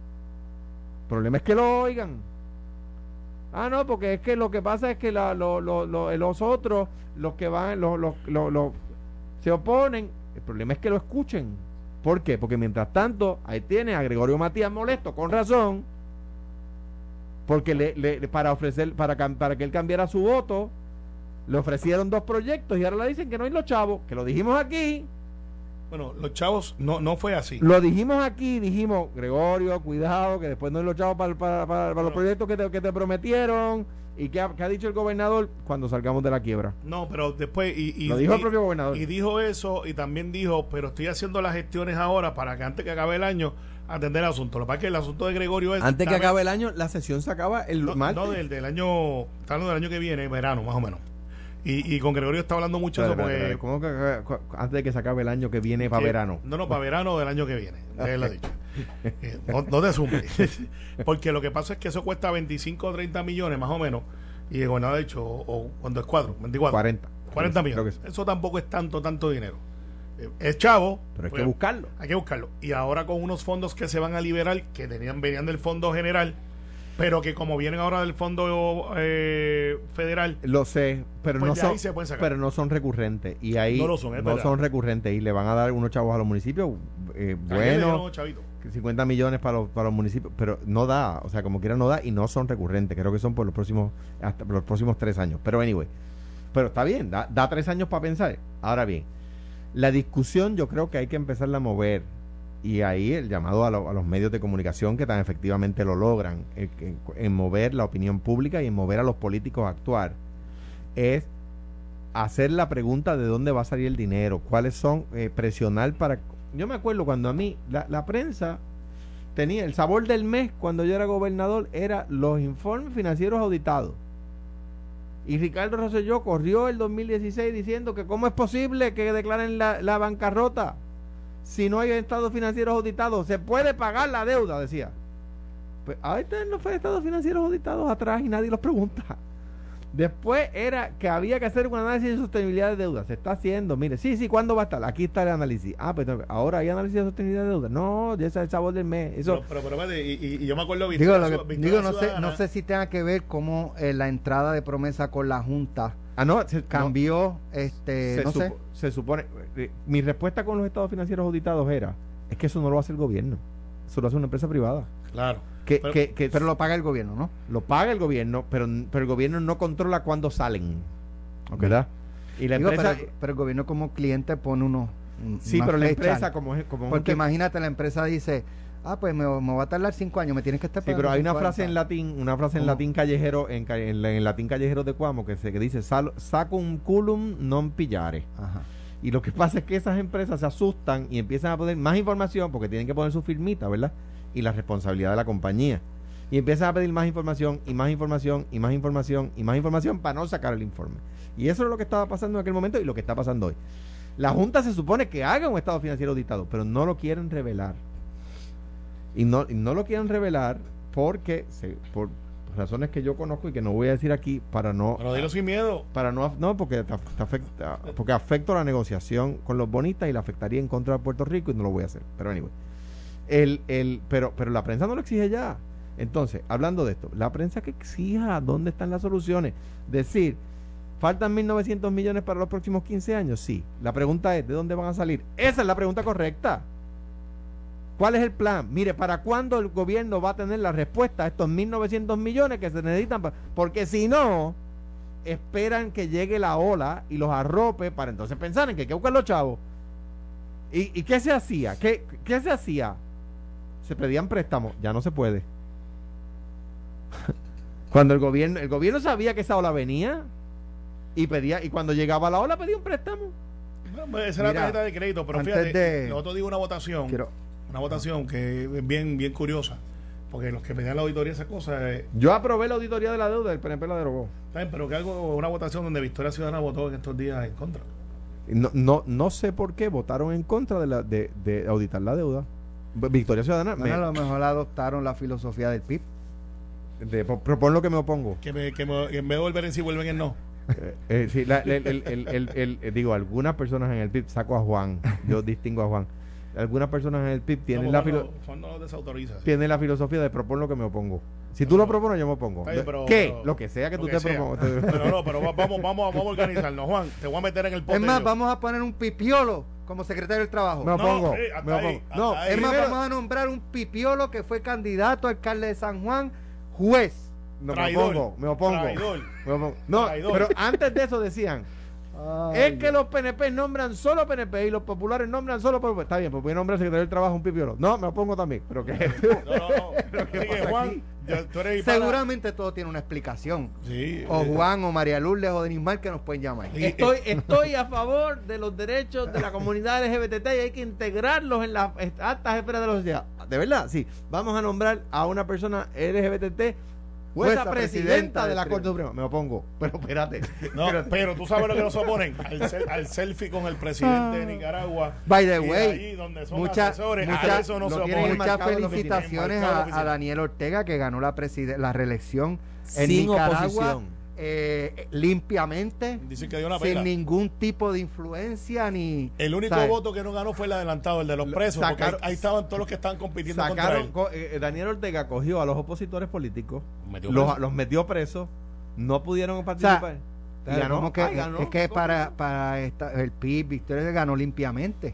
Speaker 3: El problema es que lo oigan. Ah, no, porque es que lo que pasa es que la, lo, lo, lo- los otros, los que van, los, los, los, los- se oponen, el problema es que lo escuchen. ¿Por qué? Porque mientras tanto, ahí tiene a Gregorio Matías molesto, con razón, porque le, le, para ofrecer, para, cam- para que él cambiara su voto, le ofrecieron dos proyectos y ahora le dicen que no hay los chavos, que lo dijimos aquí,
Speaker 4: Bueno, los chavos no, no fue así.
Speaker 3: lo dijimos aquí, dijimos, Gregorio, cuidado, que después no hay los chavos para, para, para, para los
Speaker 4: Bueno.
Speaker 3: proyectos que te, que te prometieron, y que ha, que ha dicho el gobernador cuando salgamos de la quiebra.
Speaker 4: No, pero después. Y, y,
Speaker 3: Lo dijo
Speaker 4: y-
Speaker 3: el propio gobernador.
Speaker 4: Y dijo eso y también dijo, pero estoy haciendo las gestiones ahora para que antes que acabe el año atender el asunto. Lo que pasa es que el asunto de Gregorio es...
Speaker 3: Antes que
Speaker 4: dame-
Speaker 3: acabe el año, la sesión se acaba el
Speaker 4: No,
Speaker 3: martes.
Speaker 4: no, del, del año... Está hablando del año que viene, verano, más o menos. Y, y con Gregorio está hablando mucho
Speaker 3: Espera,
Speaker 4: eso
Speaker 3: espera,
Speaker 4: porque...
Speaker 3: espera, ¿cómo que- cu- antes de que se acabe el año que viene para
Speaker 4: que-
Speaker 3: verano?
Speaker 4: No, no, para verano del año que viene. Él lo ha dicho. Eh, no, no te sumes. Porque lo que pasa es que eso cuesta veinticinco o treinta millones, más o menos. Y el gobernador ha dicho, o, o cuando es cuadro, veinticuatro.
Speaker 3: cuarenta.
Speaker 4: cuarenta
Speaker 3: Creo
Speaker 4: millones.
Speaker 3: que sí.
Speaker 4: Eso tampoco es tanto, tanto dinero. Eh, Es chavo.
Speaker 3: Pero hay
Speaker 4: pues,
Speaker 3: que buscarlo.
Speaker 4: Hay que buscarlo. Y ahora con unos fondos que se van a liberar, que tenían venían del fondo general, pero que como vienen ahora del fondo eh, federal,
Speaker 3: Lo sé, pero
Speaker 4: Pues
Speaker 3: no
Speaker 4: de
Speaker 3: son,
Speaker 4: ahí se pueden sacar.
Speaker 3: pero no son recurrentes y ahí
Speaker 4: No lo son, es
Speaker 3: no
Speaker 4: verdad.
Speaker 3: son recurrentes y le van a dar unos chavos a los municipios eh,
Speaker 4: ayer le dieron,
Speaker 3: bueno,
Speaker 4: chavito.
Speaker 3: cincuenta millones para los, para los municipios, pero no da, o sea, como quiera no da y no son recurrentes, creo que son por los próximos hasta por los próximos tres años, pero anyway, pero está bien, da, da tres años para pensar. Ahora bien, la discusión yo creo que hay que empezarla a mover y ahí el llamado a, lo- a los medios de comunicación que tan efectivamente lo logran en, en- en mover la opinión pública y en mover a los políticos a actuar es hacer la pregunta de dónde va a salir el dinero, cuáles son, eh, presionar para... Yo me acuerdo cuando a mí la, la prensa tenía el sabor del mes cuando yo era gobernador, era los informes financieros auditados. Y Ricardo Rosselló corrió el dos mil dieciséis diciendo que cómo es posible que declaren la, la bancarrota si no hay estados financieros auditados. Se puede pagar la deuda, decía. Pues ahí están los estados financieros auditados atrás y nadie los pregunta. Después era que había que hacer un análisis de sostenibilidad de deuda. Se está haciendo, mire, sí, sí, ¿cuándo va a estar? Aquí está el análisis. Ah, pues ahora hay análisis de sostenibilidad de deuda. No, ya es el sabor del mes. Eso,
Speaker 4: Pero, pero, pero, espérate, y, y- y yo me acuerdo
Speaker 5: Digo,
Speaker 4: Victoria
Speaker 5: lo que-
Speaker 4: Ciudadana-
Speaker 5: digo no sé,
Speaker 4: Ciudadana,
Speaker 5: no sé si tenga que ver cómo eh, la entrada de promesa con la Junta
Speaker 3: ah, no, se, no,
Speaker 5: cambió, este,
Speaker 3: se,
Speaker 5: no sé.
Speaker 3: supo- se supone, eh, mi respuesta con los estados financieros auditados era, es que eso no lo hace el gobierno, eso lo hace una empresa privada.
Speaker 4: Claro.
Speaker 3: Que,
Speaker 4: Pero-
Speaker 3: que, que
Speaker 5: Pero lo paga el gobierno, ¿no?
Speaker 3: lo paga el gobierno, pero, pero el gobierno no controla cuándo salen. ¿Verdad? Y la
Speaker 5: Digo,
Speaker 3: empresa...
Speaker 5: pero, pero el gobierno como cliente pone unos un-
Speaker 3: sí,
Speaker 5: una
Speaker 3: pero la
Speaker 5: fecha.
Speaker 3: empresa como es... Como es un
Speaker 5: Porque
Speaker 3: tema-
Speaker 5: imagínate, la empresa dice, ah, pues me, me va a tardar cinco años, me tienes que estar
Speaker 3: Sí,
Speaker 5: pagando
Speaker 3: pero hay una
Speaker 5: cincuenta.
Speaker 3: frase en latín, una frase en
Speaker 5: ¿Cómo?
Speaker 3: latín callejero, en, ca- en, la- en latín callejero de Cuamo, que, se, que dice, "Sal- sacum culum non pillare".
Speaker 5: Ajá.
Speaker 3: Y lo que pasa es que esas empresas se asustan y empiezan a poner más información porque tienen que poner su firmita, ¿verdad? Y la responsabilidad de la compañía. Y empiezan a pedir más información y más información y más información y más información para no sacar el informe. Y eso es lo que estaba pasando en aquel momento y lo que está pasando hoy. La Junta se supone que haga un estado financiero auditado, pero no lo quieren revelar. Y no, y no lo quieren revelar porque, se, por razones que yo conozco y que no voy a decir aquí para no...
Speaker 4: Pero dilo sin miedo.
Speaker 3: Para no, no porque te, te afecta, porque afecto la negociación con los bonistas y la afectaría en contra de Puerto Rico y no lo voy a hacer. Pero anyway. El, el, pero, pero la prensa no lo exige ya. Entonces, hablando de esto, la prensa que exija dónde están las soluciones. Decir, ¿faltan mil novecientos millones para los próximos quince años? Sí. La pregunta es, ¿de dónde van a salir? Esa es la pregunta correcta. ¿Cuál es el plan? Mire, ¿para cuándo el gobierno va a tener la respuesta a estos mil novecientos millones que se necesitan? Para, porque si no, esperan que llegue la ola y los arrope para entonces pensar en que hay que buscar los chavos. ¿Y, y qué se hacía? ¿Qué, ¿Qué se hacía? Se pedían préstamos. Ya no se puede. Cuando el gobierno el gobierno sabía que esa ola venía y pedía y cuando llegaba la ola pedía un préstamo.
Speaker 4: No, esa era la tarjeta de crédito, pero fíjate, de, nosotros digo una votación, quiero, una votación que es bien bien curiosa, porque los que pedían la auditoría esa cosa. Eh,
Speaker 3: Yo aprobé la auditoría de la deuda, el P N P la derogó.
Speaker 4: Bien, pero que algo una votación donde Victoria Ciudadana votó en estos días en contra.
Speaker 3: No no no sé por qué votaron en contra de la de, de auditar la deuda. Victoria Ciudadana.
Speaker 5: Bueno, me, a lo mejor adoptaron la filosofía del P I B.
Speaker 3: De, propon lo que me opongo.
Speaker 4: Que, me, que, me, que en vez de volver en sí, vuelven en no.
Speaker 3: Eh, eh, sí, la, el, el, el, el, el, el, digo, algunas personas en el P I B, saco a Juan, yo distingo a Juan. Algunas personas en el P I B tienen, no, la, filo
Speaker 4: no, no
Speaker 3: tienen la filosofía de propon lo que me opongo. Si tú no, lo propones, yo me opongo.
Speaker 4: Bien, pero,
Speaker 3: ¿Qué?
Speaker 4: Pero,
Speaker 3: lo que sea que tú te
Speaker 4: sea.
Speaker 3: propongas.
Speaker 4: Pero no, pero vamos, vamos, vamos a organizarnos, Juan. Te voy a meter en el pote.
Speaker 5: Es más, vamos a poner un pipiolo como secretario del trabajo.
Speaker 3: Me opongo.
Speaker 4: No, eh,
Speaker 3: me opongo.
Speaker 4: ahí,
Speaker 3: no,
Speaker 4: ahí.
Speaker 5: Es más,
Speaker 3: primero,
Speaker 5: vamos a nombrar un pipiolo que fue candidato a alcalde de San Juan, juez.
Speaker 3: No,
Speaker 4: traidor,
Speaker 3: me opongo, me opongo.
Speaker 4: Traidor,
Speaker 3: me opongo. No,
Speaker 4: traidor.
Speaker 3: pero antes de eso decían, ay, es que los P N P nombran solo P N P y los populares nombran solo P N P. Está bien, pues voy a nombrar secretario del trabajo un pipiolo. No, me opongo también. Pero que
Speaker 4: no, no, no. Así que Juan, ya, tú eres
Speaker 5: seguramente todo tiene una explicación.
Speaker 4: Sí,
Speaker 5: o
Speaker 4: eh,
Speaker 5: Juan o María Lourdes o Denis Mar que nos pueden llamar.
Speaker 3: Y, estoy, estoy a favor de los derechos de la comunidad L G B T y hay que integrarlos en las altas esferas de la sociedad. De verdad, sí. Vamos a nombrar a una persona L G B T jueza presidenta, presidenta de la Corte Suprema. Me opongo, pero espérate.
Speaker 4: No,
Speaker 3: espérate.
Speaker 4: pero tú sabes lo que nos oponen al, sel, al selfie con el presidente de Nicaragua.
Speaker 5: By the way,
Speaker 4: allí donde son
Speaker 5: mucha,
Speaker 4: asesores,
Speaker 5: mucha,
Speaker 4: a eso no se oponen.
Speaker 5: Muchas felicitaciones a, a Daniel Ortega que ganó la, la reelección en
Speaker 3: sin
Speaker 5: Nicaragua.
Speaker 3: Oposición.
Speaker 5: Eh, limpiamente,
Speaker 4: Dicen que dio una
Speaker 5: sin
Speaker 4: pela.
Speaker 5: ningún tipo de influencia ni
Speaker 4: el único
Speaker 5: ¿sabes?
Speaker 4: voto que no ganó fue el adelantado, el de los presos,
Speaker 3: Sacaron,
Speaker 4: porque ahí, ahí estaban todos los que estaban compitiendo
Speaker 3: sacaron,
Speaker 4: contra él.
Speaker 3: Co, eh, Daniel Ortega cogió a los opositores políticos,
Speaker 4: Metió
Speaker 3: los,
Speaker 4: preso.
Speaker 3: los metió presos, no pudieron participar.
Speaker 5: O sea,
Speaker 3: y ganó,
Speaker 5: como que,
Speaker 3: ay, ganó,
Speaker 5: es que
Speaker 3: ganó.
Speaker 5: para, para esta, el P I B Victoria ganó limpiamente.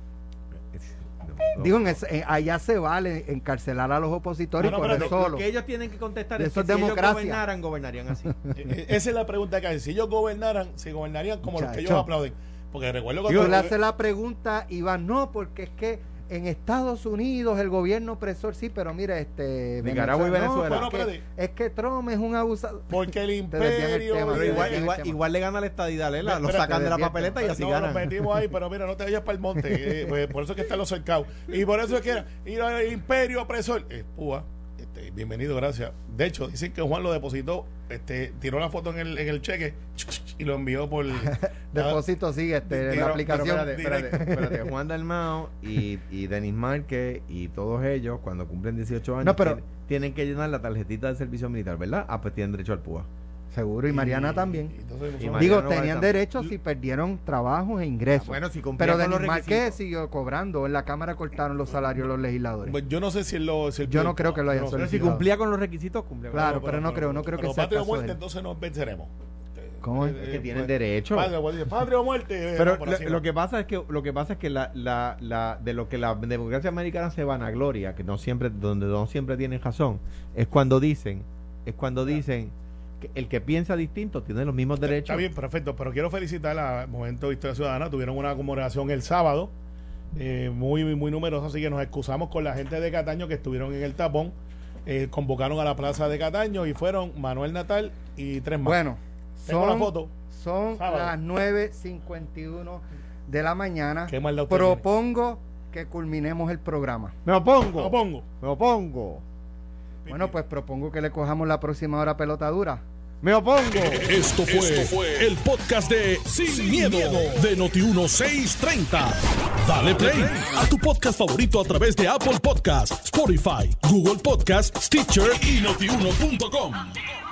Speaker 3: No,
Speaker 5: Digo, en ese, en, allá se vale encarcelar a los opositores
Speaker 4: No, no,
Speaker 5: y correr
Speaker 4: pero
Speaker 5: solo.
Speaker 3: Lo que ellos tienen que contestar es
Speaker 5: Eso
Speaker 3: que
Speaker 5: es
Speaker 3: si
Speaker 5: democracia.
Speaker 3: ellos gobernaran, gobernarían así.
Speaker 4: Eh, Esa es la pregunta que hay. Si ellos gobernaran, se gobernarían como los que ellos
Speaker 5: Muchacho.
Speaker 4: aplauden. Porque recuerdo
Speaker 5: Yo
Speaker 4: cuando
Speaker 5: le hace la pregunta, Iván, no, porque es que en Estados Unidos el gobierno opresor, sí, pero mira, este
Speaker 3: Nicaragua y Venezuela.
Speaker 5: No, porque es que Trump es un abusador.
Speaker 4: porque el
Speaker 5: desvían el
Speaker 4: imperio
Speaker 5: tema,
Speaker 3: Pero
Speaker 5: Sí,
Speaker 3: igual,
Speaker 5: sí,
Speaker 3: igual,
Speaker 5: sí,
Speaker 3: igual le gana la estadidad, Lela. Lo
Speaker 4: Espérate,
Speaker 3: sacan de la
Speaker 5: desvían,
Speaker 3: papeleta y así
Speaker 4: no,
Speaker 3: ganan.
Speaker 4: nos metimos ahí, pero mira, no te vayas para el monte. Eh, pues, por eso es que están los cercados. Y por eso es que era, y el imperio opresor. Es púa. Este, bienvenido, gracias. De hecho, dicen que Juan lo depositó, este, tiró la foto en el, en el cheque y lo envió por
Speaker 5: Depósito sigue este,
Speaker 4: Pero-
Speaker 5: la
Speaker 3: Pero,
Speaker 5: aplicación.
Speaker 3: pero espérate, espérate, espérate. Juan Dalmao y, y Denis Márquez y todos ellos, cuando cumplen dieciocho años,
Speaker 5: No, pero-
Speaker 3: tienen, tienen que llenar la tarjetita del servicio militar, ¿verdad? Ah, pues tienen derecho al P U A.
Speaker 5: Seguro, y Mariana también.
Speaker 4: y entonces,
Speaker 3: Y
Speaker 4: nosotros-
Speaker 5: Digo,
Speaker 3: Mariano
Speaker 5: tenían
Speaker 3: Baltam.
Speaker 5: derecho si perdieron trabajos e ingresos.
Speaker 3: Ah, bueno, si cumplían
Speaker 5: pero
Speaker 3: con los
Speaker 5: Denis Márquez
Speaker 3: requisitos.
Speaker 5: siguió cobrando. En la Cámara cortaron los salarios de los legisladores.
Speaker 4: Pues yo no sé si él lo. Si él
Speaker 5: Yo no
Speaker 4: pidió-
Speaker 5: creo que lo haya
Speaker 4: no sé.
Speaker 3: Pero si
Speaker 5: solicitado.
Speaker 3: cumplía con los requisitos, cumplía. con
Speaker 5: Claro,
Speaker 3: los-
Speaker 5: pero no creo, no creo que
Speaker 4: pero
Speaker 5: sea el
Speaker 4: patria o
Speaker 5: caso de
Speaker 4: muerte,
Speaker 5: él.
Speaker 4: entonces nos venceremos.
Speaker 5: ¿Cómo es?
Speaker 3: Es que tienen
Speaker 4: pues,
Speaker 3: derecho.
Speaker 4: Patria, patria, patria o muerte. eh,
Speaker 3: Pero
Speaker 4: no, por
Speaker 3: lo,
Speaker 4: así no.
Speaker 3: lo que pasa es que lo que pasa es que la, la, la de lo que la democracia americana se vanagloria, que no siempre donde no siempre tienen razón, es cuando dicen, es cuando dicen que el que piensa distinto tiene los mismos derechos.
Speaker 4: Está bien, perfecto, pero quiero felicitar al Movimiento de Historia Ciudadana. Tuvieron una conmemoración el sábado, eh, muy, muy numerosa, así que nos excusamos con la gente de Cataño que estuvieron en el tapón. Eh, convocaron a la plaza de Cataño y fueron Manuel Natal y tres más.
Speaker 5: Bueno,
Speaker 4: Tengo la
Speaker 5: son,
Speaker 4: foto.
Speaker 5: son
Speaker 4: Sábado.
Speaker 5: las nueve cincuenta y uno de la mañana.
Speaker 4: Qué maldad usted
Speaker 5: Propongo que culminemos el programa.
Speaker 3: Me opongo.
Speaker 4: Me opongo.
Speaker 3: Me opongo.
Speaker 5: Bueno, pues propongo que le cojamos la próxima hora pelota dura.
Speaker 3: Me opongo.
Speaker 1: Esto fue, Esto fue el podcast de Sin, Sin miedo, miedo de Noti uno seiscientos treinta. Dale play a tu podcast favorito a través de Apple Podcasts, Spotify, Google Podcasts, Stitcher y notiuno punto com.